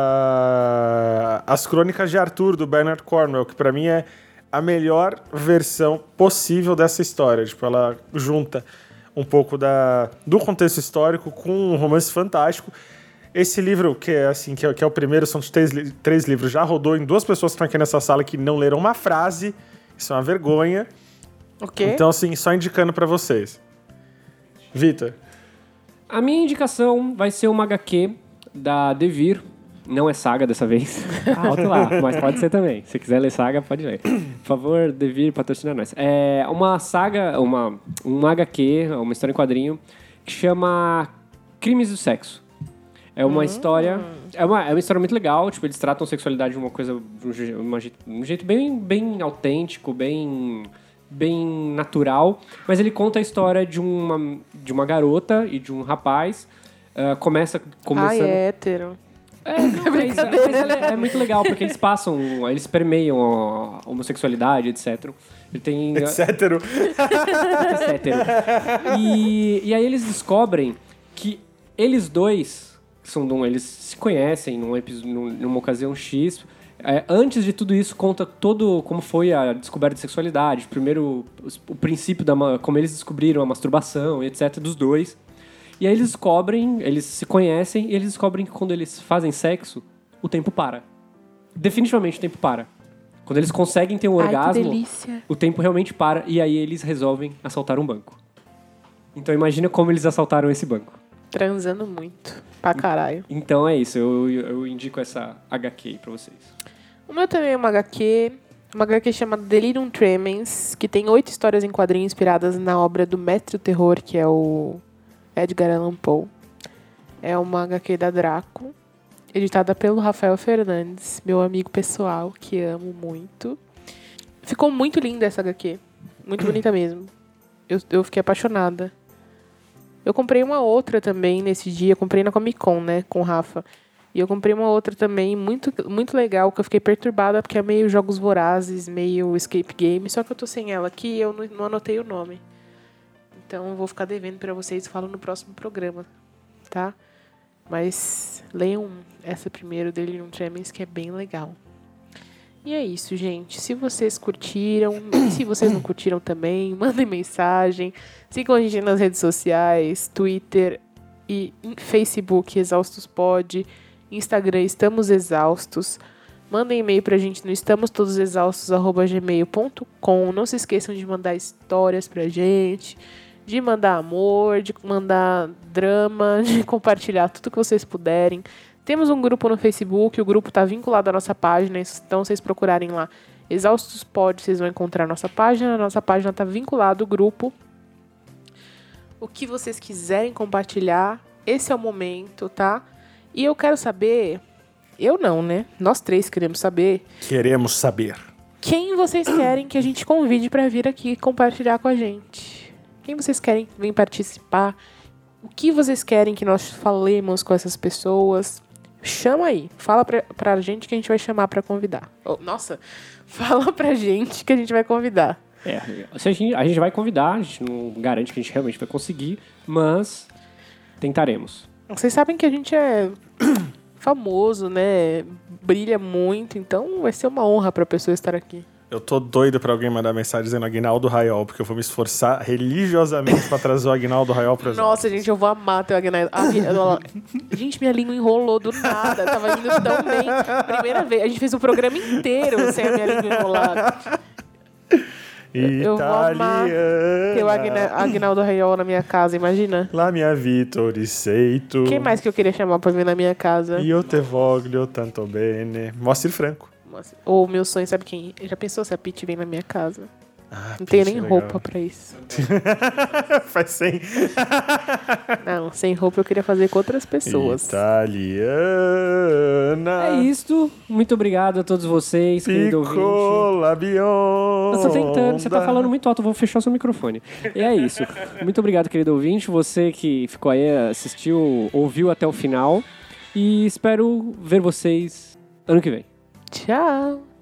as Crônicas de Arthur, do Bernard Cornwell, que pra mim é a melhor versão possível dessa história. Tipo, ela junta um pouco do contexto histórico com um romance fantástico. Esse livro, que é o primeiro, são três livros, já rodou em 2 pessoas que estão aqui nessa sala que não leram uma frase. Isso é uma vergonha. O quê? Então, assim, só indicando pra vocês. Vitor. A minha indicação vai ser uma HQ da Devir. Não é Saga dessa vez. Alto lá, mas pode ser também. Se quiser ler Saga, pode ler. Por favor, Devir, patrocina nós. É uma saga, uma HQ, uma história em quadrinho, que chama Crimes do Sexo. É uma história... É uma história muito legal. Tipo, eles tratam sexualidade de uma coisa... um jeito bem autêntico, bem natural. Mas ele conta a história de uma garota e de um rapaz. Começando... Ai, é hétero. Mas é muito legal, porque eles permeiam a homossexualidade, etc. Ele tem... Etc. E aí eles descobrem que eles dois, eles se conhecem numa ocasião X. Antes de tudo isso, conta todo como foi a descoberta de sexualidade. Primeiro, o princípio como eles descobriram a masturbação, etc., dos dois. E aí eles se conhecem e eles descobrem que quando eles fazem sexo, o tempo para. Definitivamente o tempo para. Quando eles conseguem ter um orgasmo, o tempo realmente para e aí eles resolvem assaltar um banco. Então imagina como eles assaltaram esse banco. Transando muito. Pra caralho. Então é isso, eu indico essa HQ aí pra vocês. O meu também é uma HQ chamada Delirium Tremens, que tem 8 histórias em quadrinhos inspiradas na obra do mestre do terror, que é o Edgar Allan Poe. É uma HQ da Draco, editada pelo Rafael Fernandes, meu amigo pessoal, que amo muito. Ficou muito linda essa HQ. Muito bonita mesmo. Eu fiquei apaixonada. Eu comprei uma outra também nesse dia. Comprei na Comic Con, né? Com o Rafa. E eu comprei uma outra também, muito, muito legal, que eu fiquei perturbada, porque é meio Jogos Vorazes, meio Escape Game. Só que eu tô sem ela aqui e eu não anotei o nome. Então eu vou ficar devendo pra vocês, falo no próximo programa, tá? Mas leiam essa primeiro, Delirium Tremens, que é bem legal. E é isso, gente. Se vocês curtiram, e se vocês não curtiram também, mandem mensagem. Sigam a gente nas redes sociais, Twitter e Facebook, Exaustos Pod. Instagram, Estamos Exaustos. Mandem e-mail pra gente no estamostodosexaustos@gmail.com. Não se esqueçam de mandar histórias pra gente, de mandar amor, de mandar drama, de compartilhar tudo que vocês puderem. Temos um grupo no Facebook, o grupo está vinculado à nossa página, então vocês procurarem lá Exaustos Pod, vocês vão encontrar a nossa página está vinculado ao grupo. O que vocês quiserem compartilhar, esse é o momento, tá? E eu quero saber, eu não, né? Nós três queremos saber. Queremos saber. Quem vocês querem que a gente convide para vir aqui compartilhar com a gente? Quem vocês querem vir participar? O que vocês querem que nós falemos com essas pessoas? Chama aí. Fala pra gente que a gente vai chamar pra convidar. Nossa, fala pra gente que a gente vai convidar. A gente vai convidar, a gente não garante que a gente realmente vai conseguir, mas tentaremos. Vocês sabem que a gente é famoso, né? Brilha muito, então vai ser uma honra pra pessoa estar aqui. Eu tô doido pra alguém mandar mensagem dizendo Aguinaldo Raiol, porque eu vou me esforçar religiosamente pra trazer o Aguinaldo Raiol pra gente. Nossa, gente, eu vou amar ter o Aguinaldo. Gente, minha língua enrolou do nada. Tava indo tão bem. Primeira vez. A gente fez um programa inteiro sem a minha língua enrolada. Eu vou amar ter o Aguinaldo Raiol na minha casa, imagina. La mia Vitor Seito. Quem mais que eu queria chamar pra vir na minha casa? Io te voglio tanto bene. Moacir Franco. Ou meu sonho, sabe quem? Já pensou se a Pitty vem na minha casa? Não tenho nem roupa pra isso. Faz sem. Não, sem roupa eu queria fazer com outras pessoas. Italiana. É isto. Muito obrigado a todos vocês, querido ouvinte. Eu tô tentando, você tá falando muito alto, eu vou fechar o seu microfone. E é isso. Muito obrigado, querido ouvinte. Você que ficou aí, assistiu, ouviu até o final. E espero ver vocês ano que vem. Tchau!